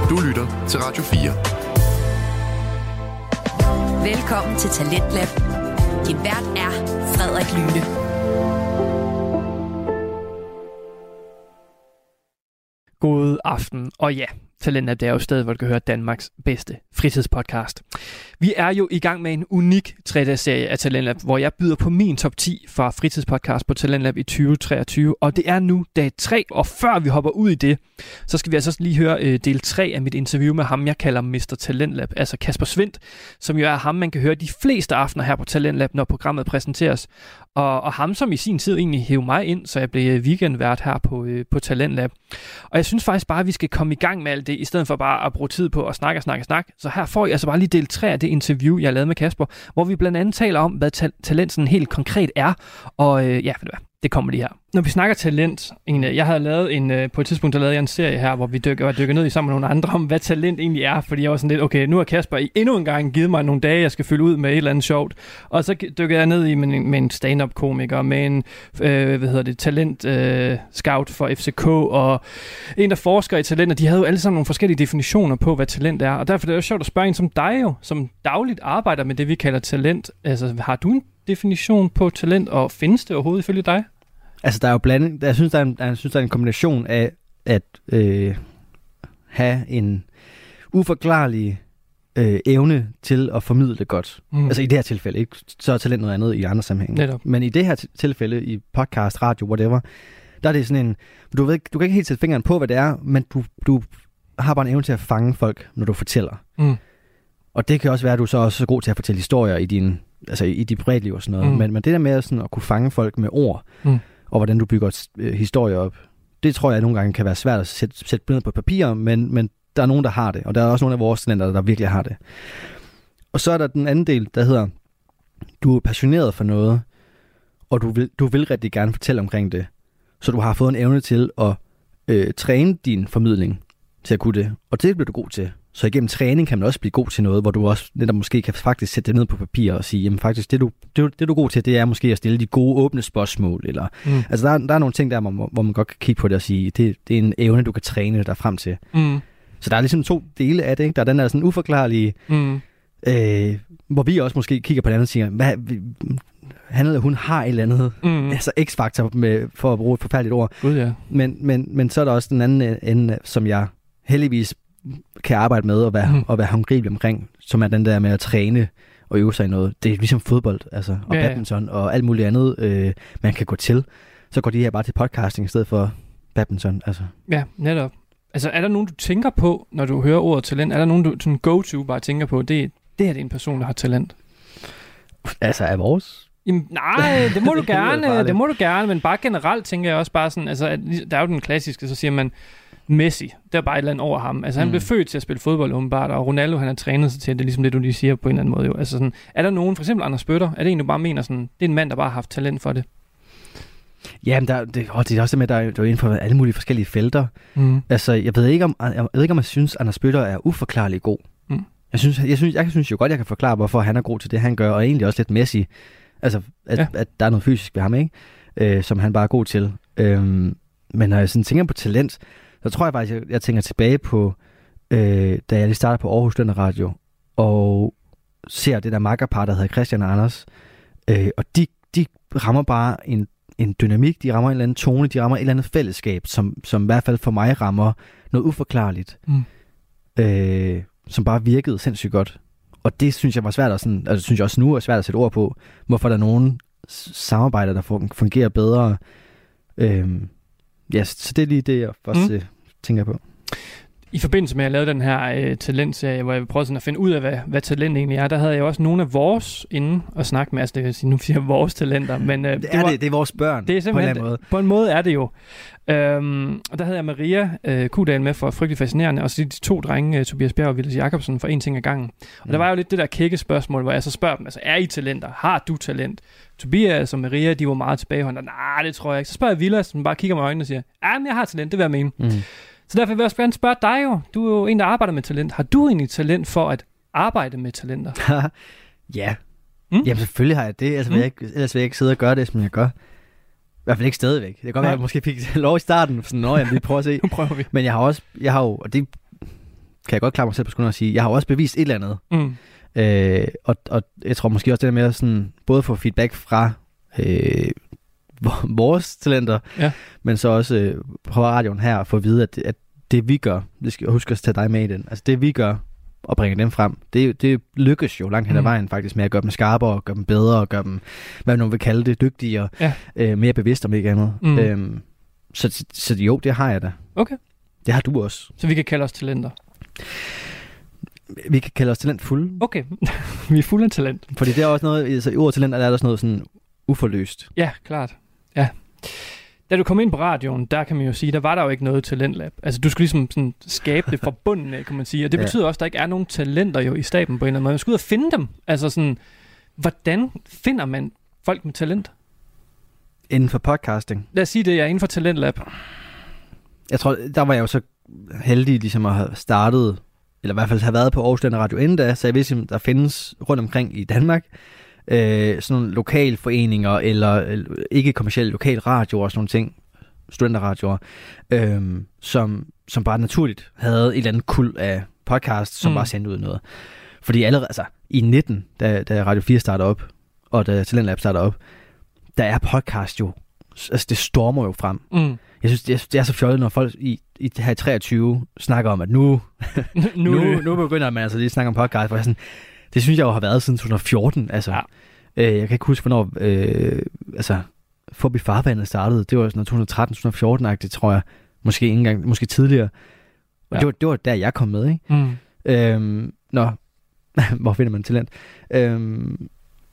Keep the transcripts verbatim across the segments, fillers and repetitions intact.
Du lytter til Radio fire. Velkommen til Talentlab. Din vært er Frederik Lyne. God aften, og ja, Talentlab, det er jo stedet, hvor du kan høre Danmarks bedste fritidspodcast. Vi er jo i gang med en unik tre-dages-serie af Talentlab, hvor jeg byder på min top ti fra fritidspodcast på Talentlab i tyve treogtyve, og det er nu dag tre, og før vi hopper ud i det, så skal vi altså lige høre øh, del tre af mit interview med ham, jeg kalder mister Talentlab, altså Kasper Svindt, som jo er ham, man kan høre de fleste aftener her på Talentlab, når programmet præsenteres, og, og ham, som i sin tid egentlig hævde mig ind, så jeg blev weekendvært her på, øh, på Talentlab. Og jeg synes faktisk bare, at vi skal komme i gang med alt det, i stedet for bare at bruge tid på at snakke og snakke og snakke. Så her får I altså bare lige del tre af det interview, jeg lavede med Kasper, hvor vi blandt andet taler om, hvad ta- talent sådan helt konkret er. Og øh, ja, det kommer lige her. Når vi snakker talent, egentlig, jeg havde lavet en, på et tidspunkt, der lavede jeg en serie her, hvor vi dykker, dykker ned i sammen med nogle andre om, hvad talent egentlig er, fordi jeg var sådan lidt, okay, nu har Kasper endnu en gang givet mig nogle dage, jeg skal fylde ud med et eller andet sjovt, og så dykker jeg ned i med en, med en stand-up-komiker, med en, øh, hvad hedder det, talent-scout øh, for F C K, og en, der forsker i talent, og de havde jo alle sammen nogle forskellige definitioner på, hvad talent er, og derfor er det jo sjovt at spørge en som dig jo, som dagligt arbejder med det, vi kalder talent. Altså, har du en definition på talent, og findes det overhovedet ifølge dig? Altså, der er jo blanding. Jeg synes, der er en, jeg synes, der er en kombination af at øh, have en uforklarlig øh, evne til at formidle det godt. Mm. Altså i det her tilfælde, ikke? Så er talent noget andet i andre sammenhænge. Netop. Men i det her tilfælde, i podcast, radio, whatever, der er det sådan en, du, ved, du kan ikke helt sætte fingeren på, hvad det er, men du, du har bare en evne til at fange folk, når du fortæller. Mm. Og det kan også være, at du så også er så god til at fortælle historier i din, altså i dit privatliv og sådan noget. Mm. Men, men det der med sådan at kunne fange folk med ord, mm. og hvordan du bygger øh, historier op, det tror jeg nogle gange kan være svært at sætte, sætte ned på papir, men, men der er nogen, der har det, og der er også nogle af vores studenter, der virkelig har det. Og så er der den anden del, der hedder, du er passioneret for noget, og du vil, du vil rigtig gerne fortælle omkring det, så du har fået en evne til at øh, træne din formidling til at kunne det, og det bliver du god til. Så igennem træning kan man også blive god til noget, hvor du også netop måske kan faktisk sætte det ned på papir og sige, jamen faktisk, det du, det, det du er god til, det er måske at stille de gode åbne spørgsmål. Eller, mm. Altså der, der er nogle ting der, hvor, hvor man godt kan kigge på det og sige, det, det er en evne, du kan træne dig frem til. Mm. Så der er ligesom to dele af det, ikke? Der er den der sådan uforklarlige, mm. øh, hvor vi også måske kigger på det andet og siger, hvad, han eller hun har et eller andet, mm. altså x-faktor med, for at bruge et forfærdeligt ord. God, ja. men, men, men så er der også den anden ende, som jeg heldigvis kan arbejde med og være, mm. og være håndgribelig omkring, som er den der med at træne og øve sig i noget. Det er ligesom fodbold, altså, og ja, badminton ja. og alt muligt andet, øh, man kan gå til. Så går de her bare til podcasting i stedet for badminton. Altså. Ja, netop. Altså, er der nogen, du tænker på, når du hører ordet talent? Er der nogen, du sådan go-to bare tænker på, det, det her det er en person, der har talent? Altså, er vores? Jamen, nej, det må du gerne, det må du gerne, men bare generelt tænker jeg også bare sådan, altså, at, der er jo den klassiske, så siger man, Messi, der er bare et eller andet over ham. Altså, han mm. blev født til at spille fodbold, åbenbart, og Ronaldo, han har trænet sig til, det er ligesom det, du lige siger på en eller anden måde. Jo. Altså, sådan, er der nogen, for eksempel Anders Bøtter, er det en, du bare mener, sådan, det er en mand, der bare har haft talent for det? Jamen, der, det, åh, det er også det med, der er jo inden for alle mulige forskellige felter. Mm. Altså, jeg ved ikke, om jeg, ved ikke, om jeg synes, Anders Bøtter er uforklarlig god. Mm. Jeg, synes, jeg, synes, jeg synes jo godt, jeg kan forklare, hvorfor han er god til det, han gør, og egentlig også lidt Messi. Altså, at, ja. at der er noget fysisk ved ham, ikke? Øh, som han bare er god til. Øhm, men når jeg sådan tænker på talent, så tror jeg faktisk, jeg, jeg tænker tilbage på, øh, da jeg lige startede på Aarhus Studenterradio, og ser det der makkerpar, der hedder Christian og Anders, øh, og de, de rammer bare en, en dynamik, de rammer en eller anden tone, de rammer et eller andet fællesskab, som, som i hvert fald for mig rammer noget uforklarligt, mm. øh, som bare virkede sindssygt godt. Og det synes jeg var svært at sådan, altså synes jeg også nu er svært at sætte ord på, hvorfor der er nogle samarbejder, der fungerer bedre. Øh, Ja, så det er lige det, jeg først mm. tænker på. I forbindelse med, at jeg lavede den her øh, talentserie, hvor jeg prøvede sådan at finde ud af, hvad, hvad talent egentlig er, der havde jeg også nogle af vores inde og snakke med. Altså, det vil sige, nu siger jeg vores talenter, men... Øh, det er det, var, det, det er vores børn, det er simpelthen, på en eller anden måde. På en måde er det jo. Øhm, og der havde jeg Maria øh, Kudal med for Frygtelig Fascinerende, og så de to drenge, øh, Tobias Bjerg og Vilas Jacobsen, for en ting ad gangen. Og mm. der var jo lidt det der kække spørgsmål, hvor jeg så spørger dem, altså, er I talenter? Har du talent? Tobias og Maria, de var meget tilbageholdende. Nej, det tror jeg ikke. Så spørger jeg Vilas, som bare kigger mig i øjnene og siger, ja, men jeg har talent, det vil jeg mene. Mm. Så derfor vil jeg også gerne spørge dig jo. Du er jo en, der arbejder med talent. Har du egentlig talent for at arbejde med talenter? Ja. Mm? Jamen selvfølgelig har jeg det. Altså, mm. vil jeg ikke, ellers vil jeg ikke sidde og gøre det, som jeg gør. I hvert fald ikke stadigvæk. Det kan godt være, at jeg måske fik lov i starten. Sådan, nå, jamen, vi prøver at se. Nu prøver vi. Men jeg har også, jeg har jo, og det kan jeg godt klare mig selv på skulderen og sige, jeg har også bevist et eller andet. Mm. Øh, og, og jeg tror måske også det der med at sådan, både få feedback fra øh, vores talenter, ja. men så også øh, på radioen her, få at vide, at, at det vi gør, det skal jeg huske at tage dig med i den, altså det vi gør, og bringe dem frem, det, det lykkes jo langt hen ad vejen faktisk med at gøre dem skarpere, gøre dem bedre, gøre dem, hvad man vil kalde det, dygtigere, ja. øh, mere bevidst om ikke andet. Mm. Øhm, så, så jo, det har jeg da. Okay. Det har du også. Så vi kan kalde os talenter? Vi kan kalde os talentfulde. Okay, vi er fulde af talent. Fordi det er også noget, altså i ordet talent, der er der sådan noget sådan uforløst. Ja, klart. Ja. Da du kom ind på radioen, der kan man jo sige, der var der jo ikke noget talentlab. Altså, du skulle ligesom sådan skabe det fra bunden af, kan man sige. Og det ja. betyder også, at der ikke er nogen talenter jo i staben på en eller anden måde. Man skal ud og finde dem. Altså sådan, hvordan finder man folk med talent? Inden for podcasting? Lad os sige det, jeg er inden for talentlab. Jeg tror, der var jeg jo så heldig ligesom at have startet, eller i hvert fald have været på Aarhus Studenter Radio inden da, så jeg vidste, at der findes rundt omkring i Danmark øh, sådan nogle lokalforeninger, eller, eller ikke kommercielle lokal radioer og sådan nogle ting, studenterradioer, øh, som, som bare naturligt havde et eller andet kuld af podcast, som mm. bare sendte ud noget. Fordi allerede, altså i nitten, da, da Radio fire starter op, og da Talentlab starter op, der er podcast jo, altså det stormer jo frem. Mm. Jeg synes, det er, det er så fjollet, når folk i, i det her treogtyve snakker om, at nu, nu, nu, nu begynder man altså lige at snakke om podcast, for jeg sådan, det synes jeg jo har været siden to tusind og fjorten. Altså, ja. øh, jeg kan ikke huske, hvornår øh, altså, Forbi Farvandet startede. Det var sådan to tusind og tretten til to tusind og fjorten-agtigt, tror jeg. Måske ikke engang, måske tidligere. Og ja. det, var, det var der, jeg kom med, ikke? Mm. Øhm, nå, hvor finder man talent? Øhm,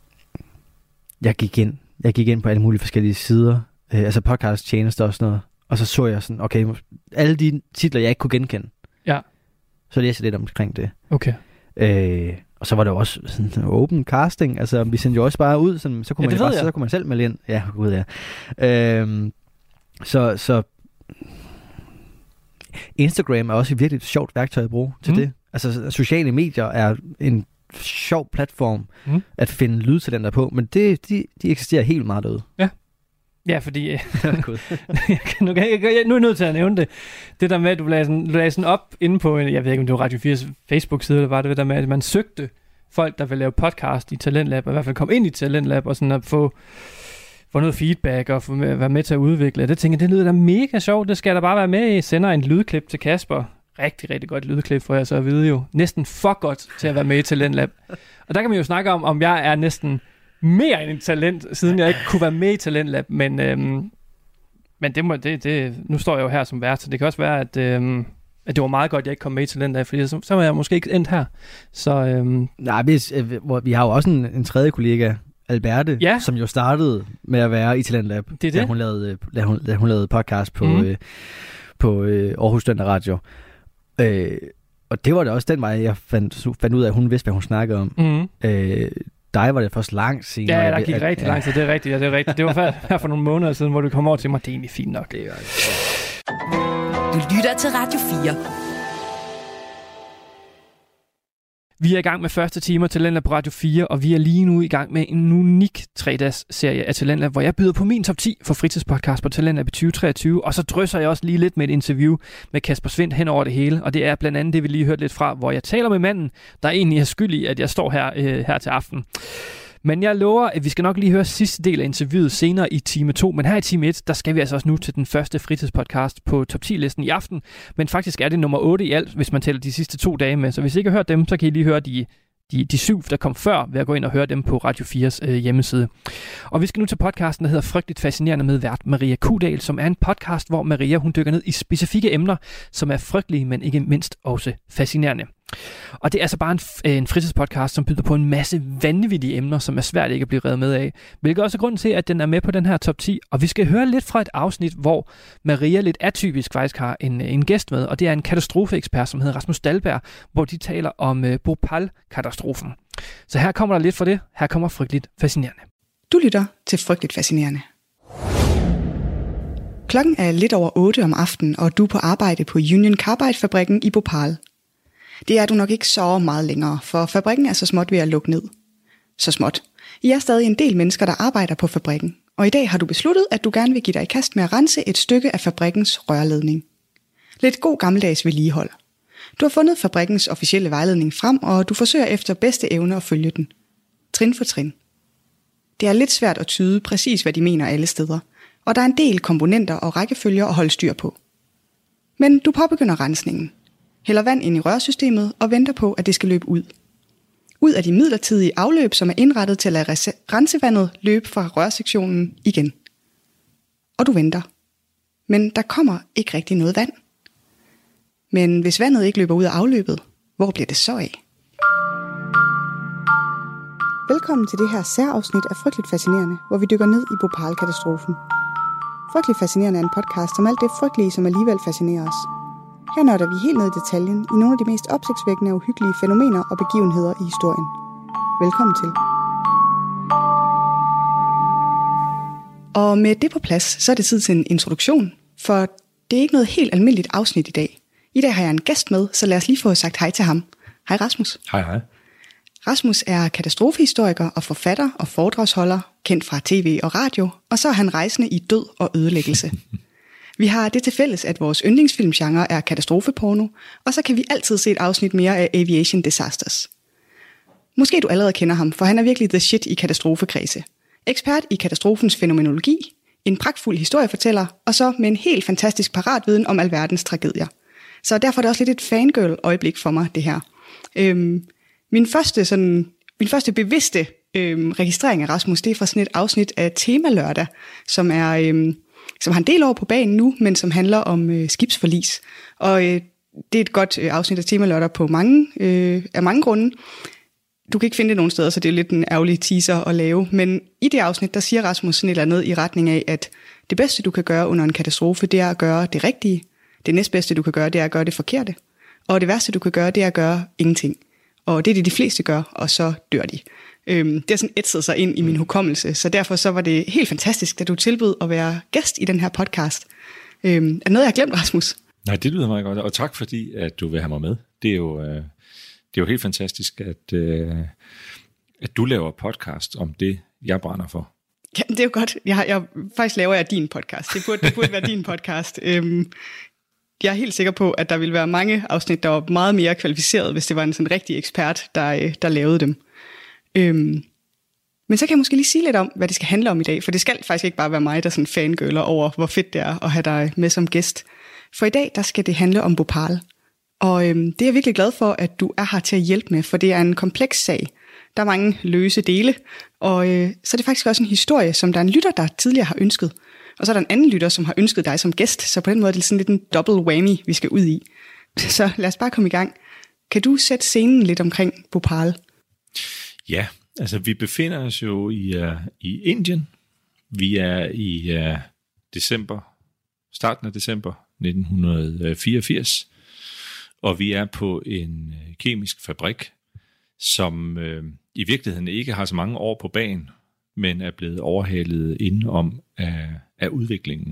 jeg gik ind. Jeg gik ind på alle mulige forskellige sider. Øh, altså podcast-tjenester og sådan noget. Og så så jeg sådan, okay, alle de titler, jeg ikke kunne genkende. Ja. Så læste jeg lidt omkring det. Okay. Øh, og så var der jo også sådan open casting. Altså, vi sendte jo også bare ud, sådan, så, kunne ja, man bare, så kunne man selv melde ind. Ja, gud ja. Øh, så, så Instagram er også et virkelig sjovt værktøj at bruge til mm. det. Altså, sociale medier er en sjov platform mm. at finde lydtalenter på, men det, de, de eksisterer helt meget derude. Ja. Ja, fordi nu, kan jeg, nu er jeg nødt til at nævne det. Det der med, at du lagde sådan, du lagde sådan op inde på, jeg ved ikke, om det var Radio fires Facebook-side, eller var det der med, at man søgte folk, der vil lave podcast i Talentlab, og i hvert fald komme ind i Talentlab, og sådan at få, få noget feedback, og få med, være med til at udvikle. Det tænker jeg, det lyder da mega sjovt. Det skal der bare være med i. Sender en lydklip til Kasper. Rigtig, rigtig godt lydklip, for jeg så at vide jo. Næsten for godt til at være med i Talentlab. Og der kan man jo snakke om, om jeg er næsten mere end et talent, siden jeg ikke kunne være med i Talentlab, men, øhm, men det må, det, det, nu står jeg jo her som vært, så det kan også være, at, øhm, at det var meget godt, at jeg ikke kom med i Talentlab, fordi så, så var jeg måske ikke endt her. Så, øhm. Nej, vi, vi har jo også en, en tredje kollega, Alberte, ja. som jo startede med at være i Talentlab, det er det. Da, hun lavede, da, hun, da hun lavede podcast på, mm. øh, på øh, Aarhus Studenter Radio. Øh, og det var da også den vej, jeg fandt, fandt ud af, at hun vidste, hvad hun snakkede om. Mm. Øh, dig var det først langt senere. Ja, der gik at, rigtig ja. lang tid, det er rigtigt, ja, det er rigtigt. Det var her for nogle måneder siden, hvor du kom over til mig, det er egentlig fint nok. Det er du lytter til Radio fire. Vi er i gang med første timer Talentlab på Radio fire, og vi er lige nu i gang med en unik tre-dages serie af Talentlab, hvor jeg byder på min top ti for fritidspodcast på Talentlab i tyve treogtyve, og så drysser jeg også lige lidt med et interview med Kasper Svindt hen over det hele, og det er blandt andet det, vi lige hørte lidt fra, hvor jeg taler med manden, der egentlig er skyld i, at jeg står her, øh, her til aften. Men jeg lover, at vi skal nok lige høre sidste del af interviewet senere i time to. Men her i time et, der skal vi altså også nu til den første fritidspodcast på top ti-listen i aften. Men faktisk er det nummer otte i alt, hvis man tæller de sidste to dage med. Så hvis I ikke har hørt dem, så kan I lige høre de, de, de syv, der kom før, ved at gå ind og høre dem på Radio fires øh, hjemmeside. Og vi skal nu til podcasten, der hedder Frygteligt Fascinerende med vært Maria Kudal, som er en podcast, hvor Maria hun dykker ned i specifikke emner, som er frygtelige, men ikke mindst også fascinerende. Og det er altså bare en, en fritidspodcast, som byder på en masse vanvittige emner, som er svært ikke at blive revet med af. Hvilket også er grunden til, at den er med på den her top ti. Og vi skal høre lidt fra et afsnit, hvor Maria lidt atypisk faktisk har en, en gæst med. Og det er en katastrofeekspert, som hedder Rasmus Dahlberg, hvor de taler om uh, Bhopal-katastrofen. Så her kommer der lidt fra det. Her kommer Frygteligt Fascinerende. Du lytter til Frygteligt Fascinerende. Klokken er lidt over otte om aftenen, og du er på arbejde på Union Carbide-fabrikken i Bhopal. Det er du nok ikke så meget længere, for fabrikken er så småt ved at lukke ned. Så småt. I er stadig en del mennesker, der arbejder på fabrikken, og i dag har du besluttet, at du gerne vil give dig i kast med at rense et stykke af fabrikkens rørledning. Lidt god gammeldags vedligehold. Du har fundet fabrikkens officielle vejledning frem, og du forsøger efter bedste evne at følge den. Trin for trin. Det er lidt svært at tyde præcis, hvad de mener alle steder, og der er en del komponenter og rækkefølger at holde styr på. Men du påbegynder rensningen, hælder vand ind i rørsystemet og venter på, at det skal løbe ud. Ud af de midlertidige afløb, som er indrettet til at lade rensevandet løbe fra rørsektionen igen. Og du venter. Men der kommer ikke rigtig noget vand. Men hvis vandet ikke løber ud af afløbet, hvor bliver det så af? Velkommen til det her særafsnit af Frygteligt Fascinerende, hvor vi dykker ned i Bhopal-katastrofen. Frygteligt Fascinerende er en podcast om alt det frygtelige, som alligevel fascinerer os. Her nørder vi helt ned i detaljen i nogle af de mest opsigtsvækkende og uhyggelige fænomener og begivenheder i historien. Velkommen til. Og med det på plads, så er det tid til en introduktion, for det er ikke noget helt almindeligt afsnit i dag. I dag har jeg en gæst med, så lad os lige få sagt hej til ham. Hej Rasmus. Hej hej. Rasmus er katastrofehistoriker og forfatter og foredragsholder, kendt fra tv og radio, og så er han rejsende i død og ødelæggelse. Vi har det til fælles, at vores yndlingsfilmgenre er katastrofeporno, og så kan vi altid se et afsnit mere af Aviation Disasters. Måske du allerede kender ham, for han er virkelig the shit i katastrofekredse. Ekspert i katastrofens fænomenologi, en pragtfuld historiefortæller, og så med en helt fantastisk paratviden om alverdens tragedier. Så derfor er det også lidt et fangirl-øjeblik for mig, det her. Øhm, min, første, sådan, min første bevidste øhm, registrering af Rasmus, det er fra sådan et afsnit af Tema Lørdag, som er... Øhm, som har en del over på banen nu, men som handler om øh, skibsforlis. Og øh, det er et godt øh, afsnit af Tema Lørdag på mange, øh, af mange grunde. Du kan ikke finde det nogen steder, så det er lidt en ærgerlig teaser at lave. Men i det afsnit, der siger Rasmus sådan et eller andet i retning af, at det bedste, du kan gøre under en katastrofe, det er at gøre det rigtige. Det næstbedste, du kan gøre, det er at gøre det forkerte. Og det værste, du kan gøre, det er at gøre ingenting. Og det er det, de fleste gør, og så dør de. Øhm, det har sådan ætset sig ind i min hukommelse, så derfor så var det helt fantastisk, at du tilbød at være gæst i den her podcast. Øhm, er det noget, jeg har glemt, Rasmus? Nej, det lyder meget godt, og tak fordi, at du vil have mig med. Det er jo, øh, det er jo helt fantastisk, at, øh, at du laver podcast om det, jeg brænder for. Ja, det er jo godt. Jeg, jeg, faktisk laver jeg din podcast. Det burde, det burde være din podcast. Øhm, jeg er helt sikker på, at der ville være mange afsnit, der var meget mere kvalificeret, hvis det var en sådan rigtig ekspert, der, der lavede dem. Øhm, men så kan jeg måske lige sige lidt om, hvad det skal handle om i dag, for det skal faktisk ikke bare være mig, der sådan fangirler over, hvor fedt det er at have dig med som gæst. For i dag, der skal det handle om Bhopal. Og øhm, det er jeg virkelig glad for, at du er her til at hjælpe med, for det er en kompleks sag. Der er mange løse dele, og øh, så er det faktisk også en historie, som der er en lytter, der tidligere har ønsket. Og så er der en anden lytter, som har ønsket dig som gæst, så på den måde er det sådan lidt en double whammy, vi skal ud i. Så lad os bare komme i gang. Kan du sætte scenen lidt omkring Bhopal? Ja, altså vi befinder os jo i, uh, i Indien. Vi er i uh, december, starten af december nitten fireogfirs, og vi er på en uh, kemisk fabrik, som uh, i virkeligheden ikke har så mange år på bagen, men er blevet overhalet indenom af, af udviklingen.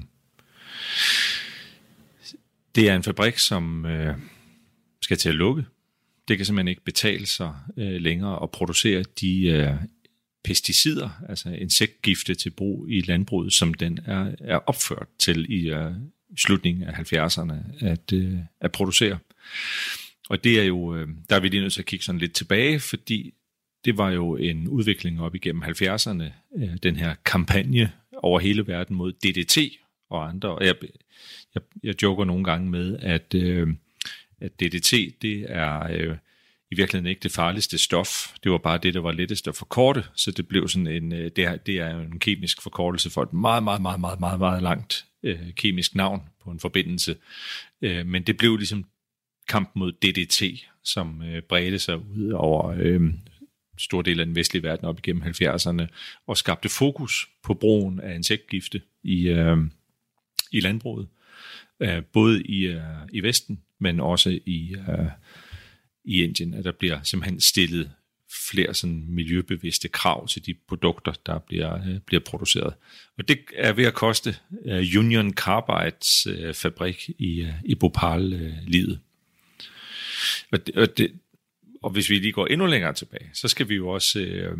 Det er en fabrik, som uh, skal til at lukke. Det kan simpelthen ikke betale sig øh, længere at producere de øh, pesticider, altså insektgifte til brug i landbruget, som den er, er opført til i øh, slutningen af halvfjerdserne at, øh, at producere. Og det er jo, øh, der er vi lige nødt til at kigge sådan lidt tilbage, fordi det var jo en udvikling op igennem halvfjerdserne, øh, den her kampagne over hele verden mod D D T og andre. Og jeg, jeg, jeg joker nogle gange med, at øh, at D D T, det er øh, i virkeligheden ikke det farligste stof. Det var bare det, der var lettest at forkorte, så det blev sådan en, øh, det, er, det er en kemisk forkortelse for et meget, meget, meget, meget, meget, meget langt øh, kemisk navn på en forbindelse. Øh, men det blev ligesom kamp mod D D T, som øh, bredte sig ud over øh, stor del af den vestlige verden op igennem halvfjerdserne, og skabte fokus på brugen af insektgifte i, øh, i landbruget. Øh, både i, øh, i Vesten, men også i, øh, i Indien, at der bliver simpelthen stillet flere sådan miljøbevidste krav til de produkter, der bliver, øh, bliver produceret. Og det er ved at koste øh, Union Carbides øh, fabrik i, øh, i Bhopal øh, livet. Og, det, og, det, og hvis vi lige går endnu længere tilbage, så skal vi jo også øh,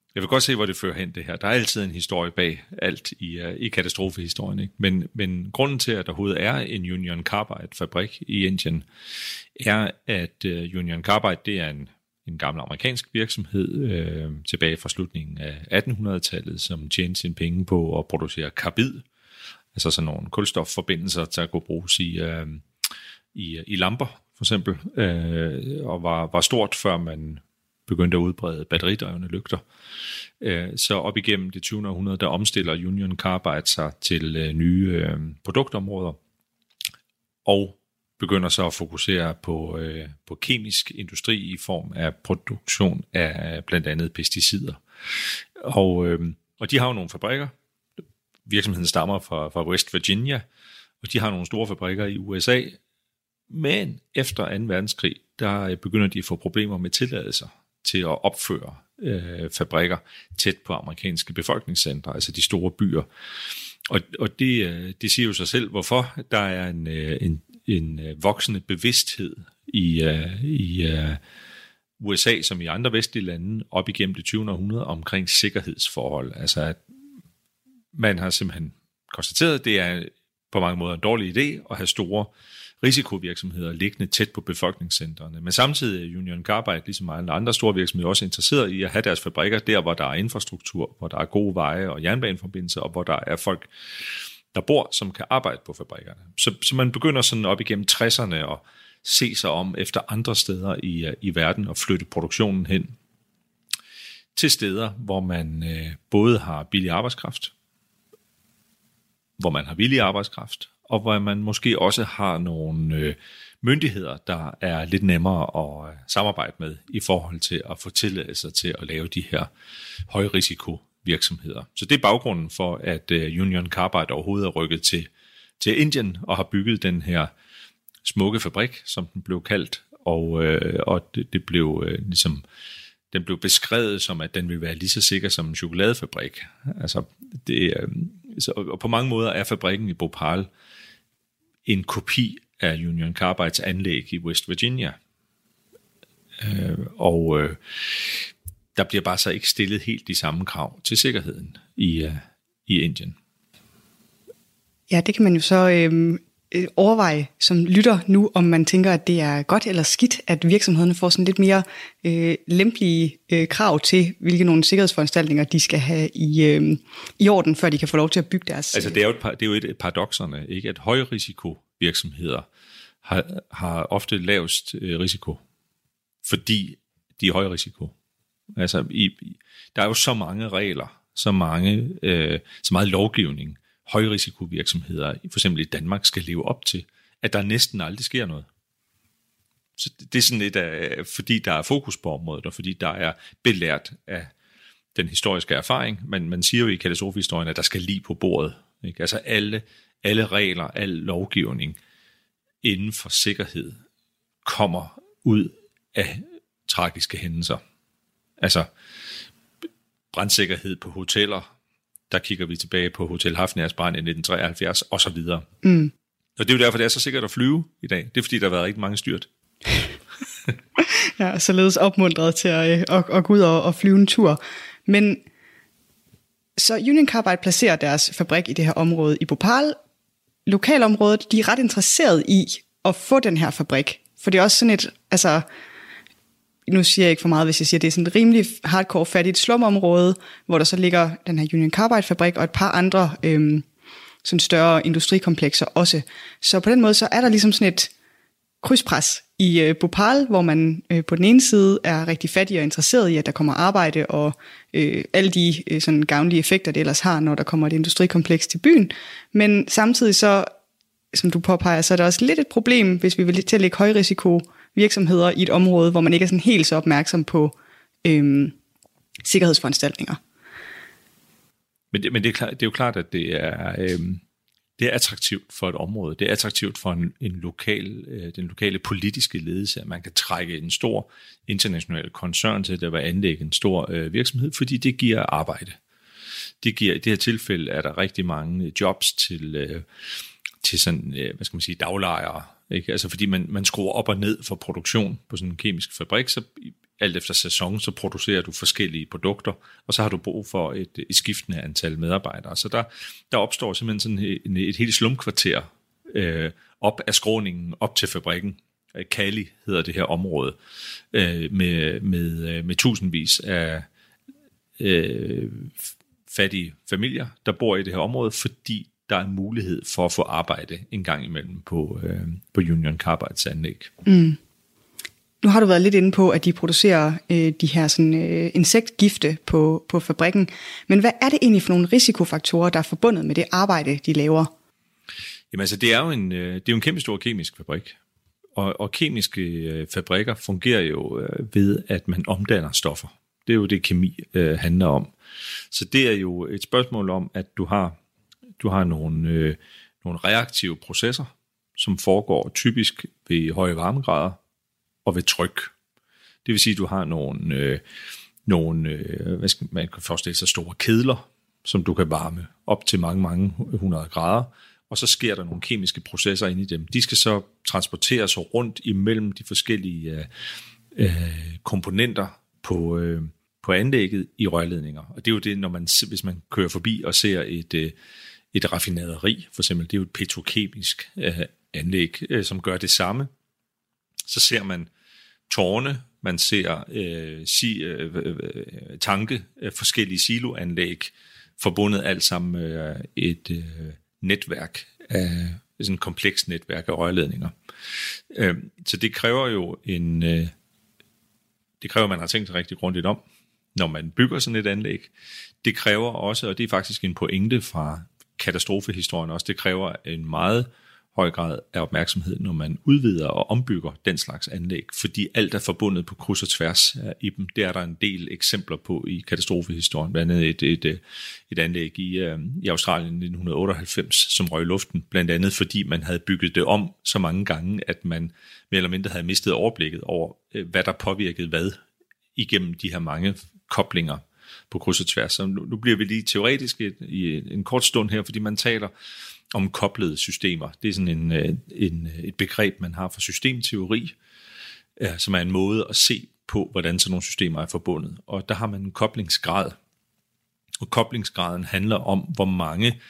Jeg vil godt se, hvor det fører hen det her. Der er altid en historie bag alt i, uh, i katastrofehistorien. Ikke? Men, men grunden til, at der overhovedet er en Union Carbide-fabrik i Indien, er, at uh, Union Carbide det er en, en gammel amerikansk virksomhed øh, tilbage fra slutningen af attenhundredetallet, som tjente sine penge på at producere karbid, altså sådan nogle kulstofforbindelser, der kunne bruges i, øh, i, i lamper, for eksempel, øh, og var, var stort, før man begyndte at udbrede batteridrevne lygter. Så op igennem det tyvende århundrede, der omstiller Union Carbide sig til nye produktområder, og begynder så at fokusere på, på kemisk industri i form af produktion af blandt andet pesticider. Og, og de har jo nogle fabrikker. Virksomheden stammer fra, fra West Virginia, og de har nogle store fabrikker i U S A. Men efter anden verdenskrig, der begynder de at få problemer med tilladelser til at opføre øh, fabrikker tæt på amerikanske befolkningscentre, altså de store byer. Og, og det, det siger jo sig selv, hvorfor der er en, en, en voksende bevidsthed i, uh, i uh, U S A, som i andre vestlige lande, op igennem det tyvende århundrede omkring sikkerhedsforhold. Altså at man har simpelthen konstateret, at det er på mange måder en dårlig idé at have store risikovirksomheder liggende tæt på befolkningscentrene. Men samtidig er Union Carbide, ligesom alle andre store virksomheder, også interesseret i at have deres fabrikker der, hvor der er infrastruktur, hvor der er gode veje og jernbaneforbindelser, og hvor der er folk, der bor, som kan arbejde på fabrikkerne. Så, så man begynder sådan op igennem tresserne at se sig om efter andre steder i, i verden og flytte produktionen hen til steder, hvor man øh, både har billig arbejdskraft, hvor man har billig arbejdskraft, og hvor man måske også har nogle øh, myndigheder, der er lidt nemmere at øh, samarbejde med i forhold til at få tilladelse til at lave de her højrisiko virksomheder. Så det er baggrunden for, at øh, Union Carbide overhovedet er rykket til, til Indien og har bygget den her smukke fabrik, som den blev kaldt, og, øh, og det, det blev øh, ligesom den blev beskrevet som, at den ville være lige så sikker som en chokoladefabrik. Altså, det, øh, så, og på mange måder er fabrikken i Bhopal en kopi af Union Carbides anlæg i West Virginia. Øh, og øh, der bliver bare så ikke stillet helt de samme krav til sikkerheden i, øh, i Indien. Ja, det kan man jo så øh, overveje som lytter nu, om man tænker, at det er godt eller skidt, at virksomhederne får sådan lidt mere øh, lempelige øh, krav til, hvilke nogle sikkerhedsforanstaltninger de skal have i, øh, i orden, før de kan få lov til at bygge deres... Altså det er jo et, par, det er jo et paradokserne, ikke? At højrisiko virksomheder har, har ofte lavest øh, risiko, fordi de er højrisiko. Altså i, der er jo så mange regler, så mange, øh, så meget lovgivning, højrisikovirksomheder, for eksempel i Danmark, skal leve op til, at der næsten aldrig sker noget. Så det er sådan lidt af, fordi der er fokus på området, og fordi der er belært af den historiske erfaring. Man, man siger jo i katastrofehistorien, at der skal lige på bordet. Ikke? Altså alle, alle regler, al lovgivning inden for sikkerhed kommer ud af tragiske hændelser. Altså brandsikkerhed på hoteller, der kigger vi tilbage på Hotel Hafnias brand i nitten treoghalvfjerds, og så videre. Mm. Og det er jo derfor, det er så sikkert at flyve i dag. Det er fordi, der har været rigtig mange styrt. Ja, således opmuntret til at, at, at gå ud og, og flyve en tur. Men så Union Carbide placerer deres fabrik i det her område i Bhopal. Lokalområdet, de er ret interesseret i at få den her fabrik. For det er også sådan et, altså... Nu siger jeg ikke for meget, hvis jeg siger, at det er sådan et rimelig hardcore fattigt slumområde, hvor der så ligger den her Union Carbide-fabrik og et par andre øhm, sådan større industrikomplekser også. Så på den måde så er der ligesom sådan et krydspres i øh, Bhopal, hvor man øh, på den ene side er rigtig fattig og interesseret i, at der kommer arbejde og øh, alle de øh, sådan gavnlige effekter, det ellers har, når der kommer et industrikompleks til byen. Men samtidig så, som du påpeger, så er der også lidt et problem, hvis vi vil til at lægge højrisiko virksomheder i et område, hvor man ikke er sådan helt så opmærksom på øhm, sikkerhedsforanstaltninger. Men, det, men det, er klart, det er jo klart, at det er, øhm, det er attraktivt for et område. Det er attraktivt for en, en lokal, øh, den lokale politiske ledelse, at man kan trække en stor international koncern til at være anlægge en stor øh, virksomhed, fordi det giver arbejde. Det giver, i det her tilfælde er der rigtig mange jobs til, øh, til sådan, øh, hvad skal man sige, daglejere. Ikke? Altså fordi man, man skruer op og ned for produktion på sådan en kemisk fabrik, så alt efter sæson, så producerer du forskellige produkter, og så har du brug for et, et skiftende antal medarbejdere. Så der, der opstår simpelthen sådan et, et helt slumkvarter øh, op af skråningen, op til fabrikken. Cali hedder det her område, øh, med, med, med tusindvis af øh, fattige familier, der bor i det her område, fordi der er mulighed for at få arbejde en gang imellem på, øh, på Union Carbides anlæg. Mm. Nu har du været lidt inde på, at de producerer øh, de her sådan, øh, insektgifte på, på fabrikken. Men hvad er det egentlig for nogle risikofaktorer, der er forbundet med det arbejde, de laver? Jamen altså, det er jo en, det er jo en kæmpe stor kemisk fabrik. Og, og kemiske øh, fabrikker fungerer jo øh, ved, at man omdanner stoffer. Det er jo det, kemi øh, handler om. Så det er jo et spørgsmål om, at du har, du har nogle, øh, nogle reaktive processer, som foregår typisk ved høje varmegrader og ved tryk. Det vil sige, at du har nogle, øh, nogle øh, hvad skal man kan forestille sig, store kedler, som du kan varme op til mange, mange hundrede grader, og så sker der nogle kemiske processer inde i dem. De skal så transporteres rundt imellem de forskellige øh, øh, komponenter på, øh, på anlægget i rørledninger. Og det er jo det, når man, hvis man kører forbi og ser et, øh, et raffinaderi, for eksempel, det er jo et petrokemisk øh, anlæg, øh, som gør det samme. Så ser man tårne, man ser øh, si, øh, øh, tanke, øh, forskellige siloanlæg, forbundet alt sammen med øh, et øh, netværk af sådan et komplekst netværk af rørledninger. Øh, så det kræver jo en, øh, det kræver, at man har tænkt sig rigtig grundigt om, når man bygger sådan et anlæg. Det kræver også, og det er faktisk en pointe fra katastrofehistorien også, det kræver en meget høj grad af opmærksomhed, når man udvider og ombygger den slags anlæg, fordi alt er forbundet på kryds og tværs i dem. Det er der en del eksempler på i katastrofehistorien, blandt andet et, et, et anlæg i, i Australien i nitten otteoghalvfems, som røg i luften, blandt andet fordi man havde bygget det om så mange gange, at man mere eller mindre havde mistet overblikket over, hvad der påvirkede hvad igennem de her mange koblinger på kryds og tværs. Så nu, nu bliver vi lige teoretisk i, i en kort stund her, fordi man taler om koblede systemer. Det er sådan en, en, et begreb, man har for systemteori, som er en måde at se på, hvordan sådan nogle systemer er forbundet. Og der har man en koblingsgrad. Og koblingsgraden handler om, hvor mange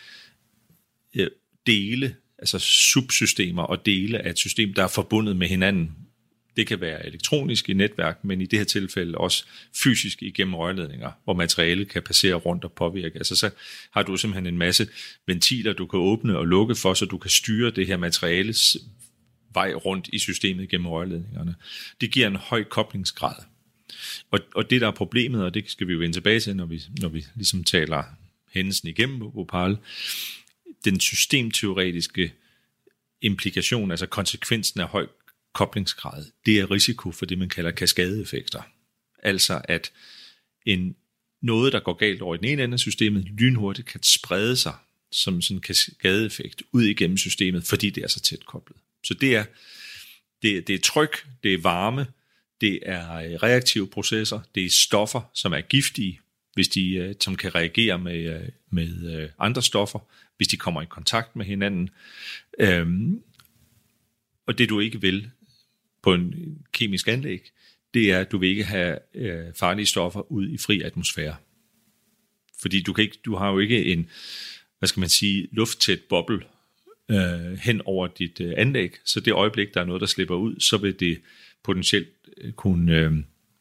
dele, altså subsystemer og dele af et system, der er forbundet med hinanden. Det kan være elektronisk i netværk, men i det her tilfælde også fysisk igennem rørledninger, hvor materiale kan passere rundt og påvirke. Altså så har du simpelthen en masse ventiler, du kan åbne og lukke for, så du kan styre det her materiales vej rundt i systemet gennem rørledningerne. Det giver en høj koblingsgrad. Og, og det der er problemet, og det skal vi jo vende tilbage til, når vi, når vi ligesom taler hændelsen igennem på Bhopal, den systemteoretiske implikation, altså konsekvensen af høj koblingsgrad, det er risiko for det, man kalder kaskadeeffekter. Altså at en, noget, der går galt over i den ene ende af systemet, lynhurtigt kan sprede sig som sådan en kaskadeeffekt ud igennem systemet, fordi det er så tæt koblet. Så det er, det, det er tryk, det er varme, det er reaktive processer, det er stoffer, som er giftige, hvis de, som kan reagere med, med andre stoffer, hvis de kommer i kontakt med hinanden. Øhm, og det du ikke vil på en kemisk anlæg, det er, at du vil ikke have øh, farlige stoffer ud i fri atmosfære. Fordi du, kan ikke, du har jo ikke en, hvad skal man sige, lufttæt boble øh, hen over dit øh, anlæg, så det øjeblik, der er noget, der slipper ud, så vil det potentielt øh, kunne øh,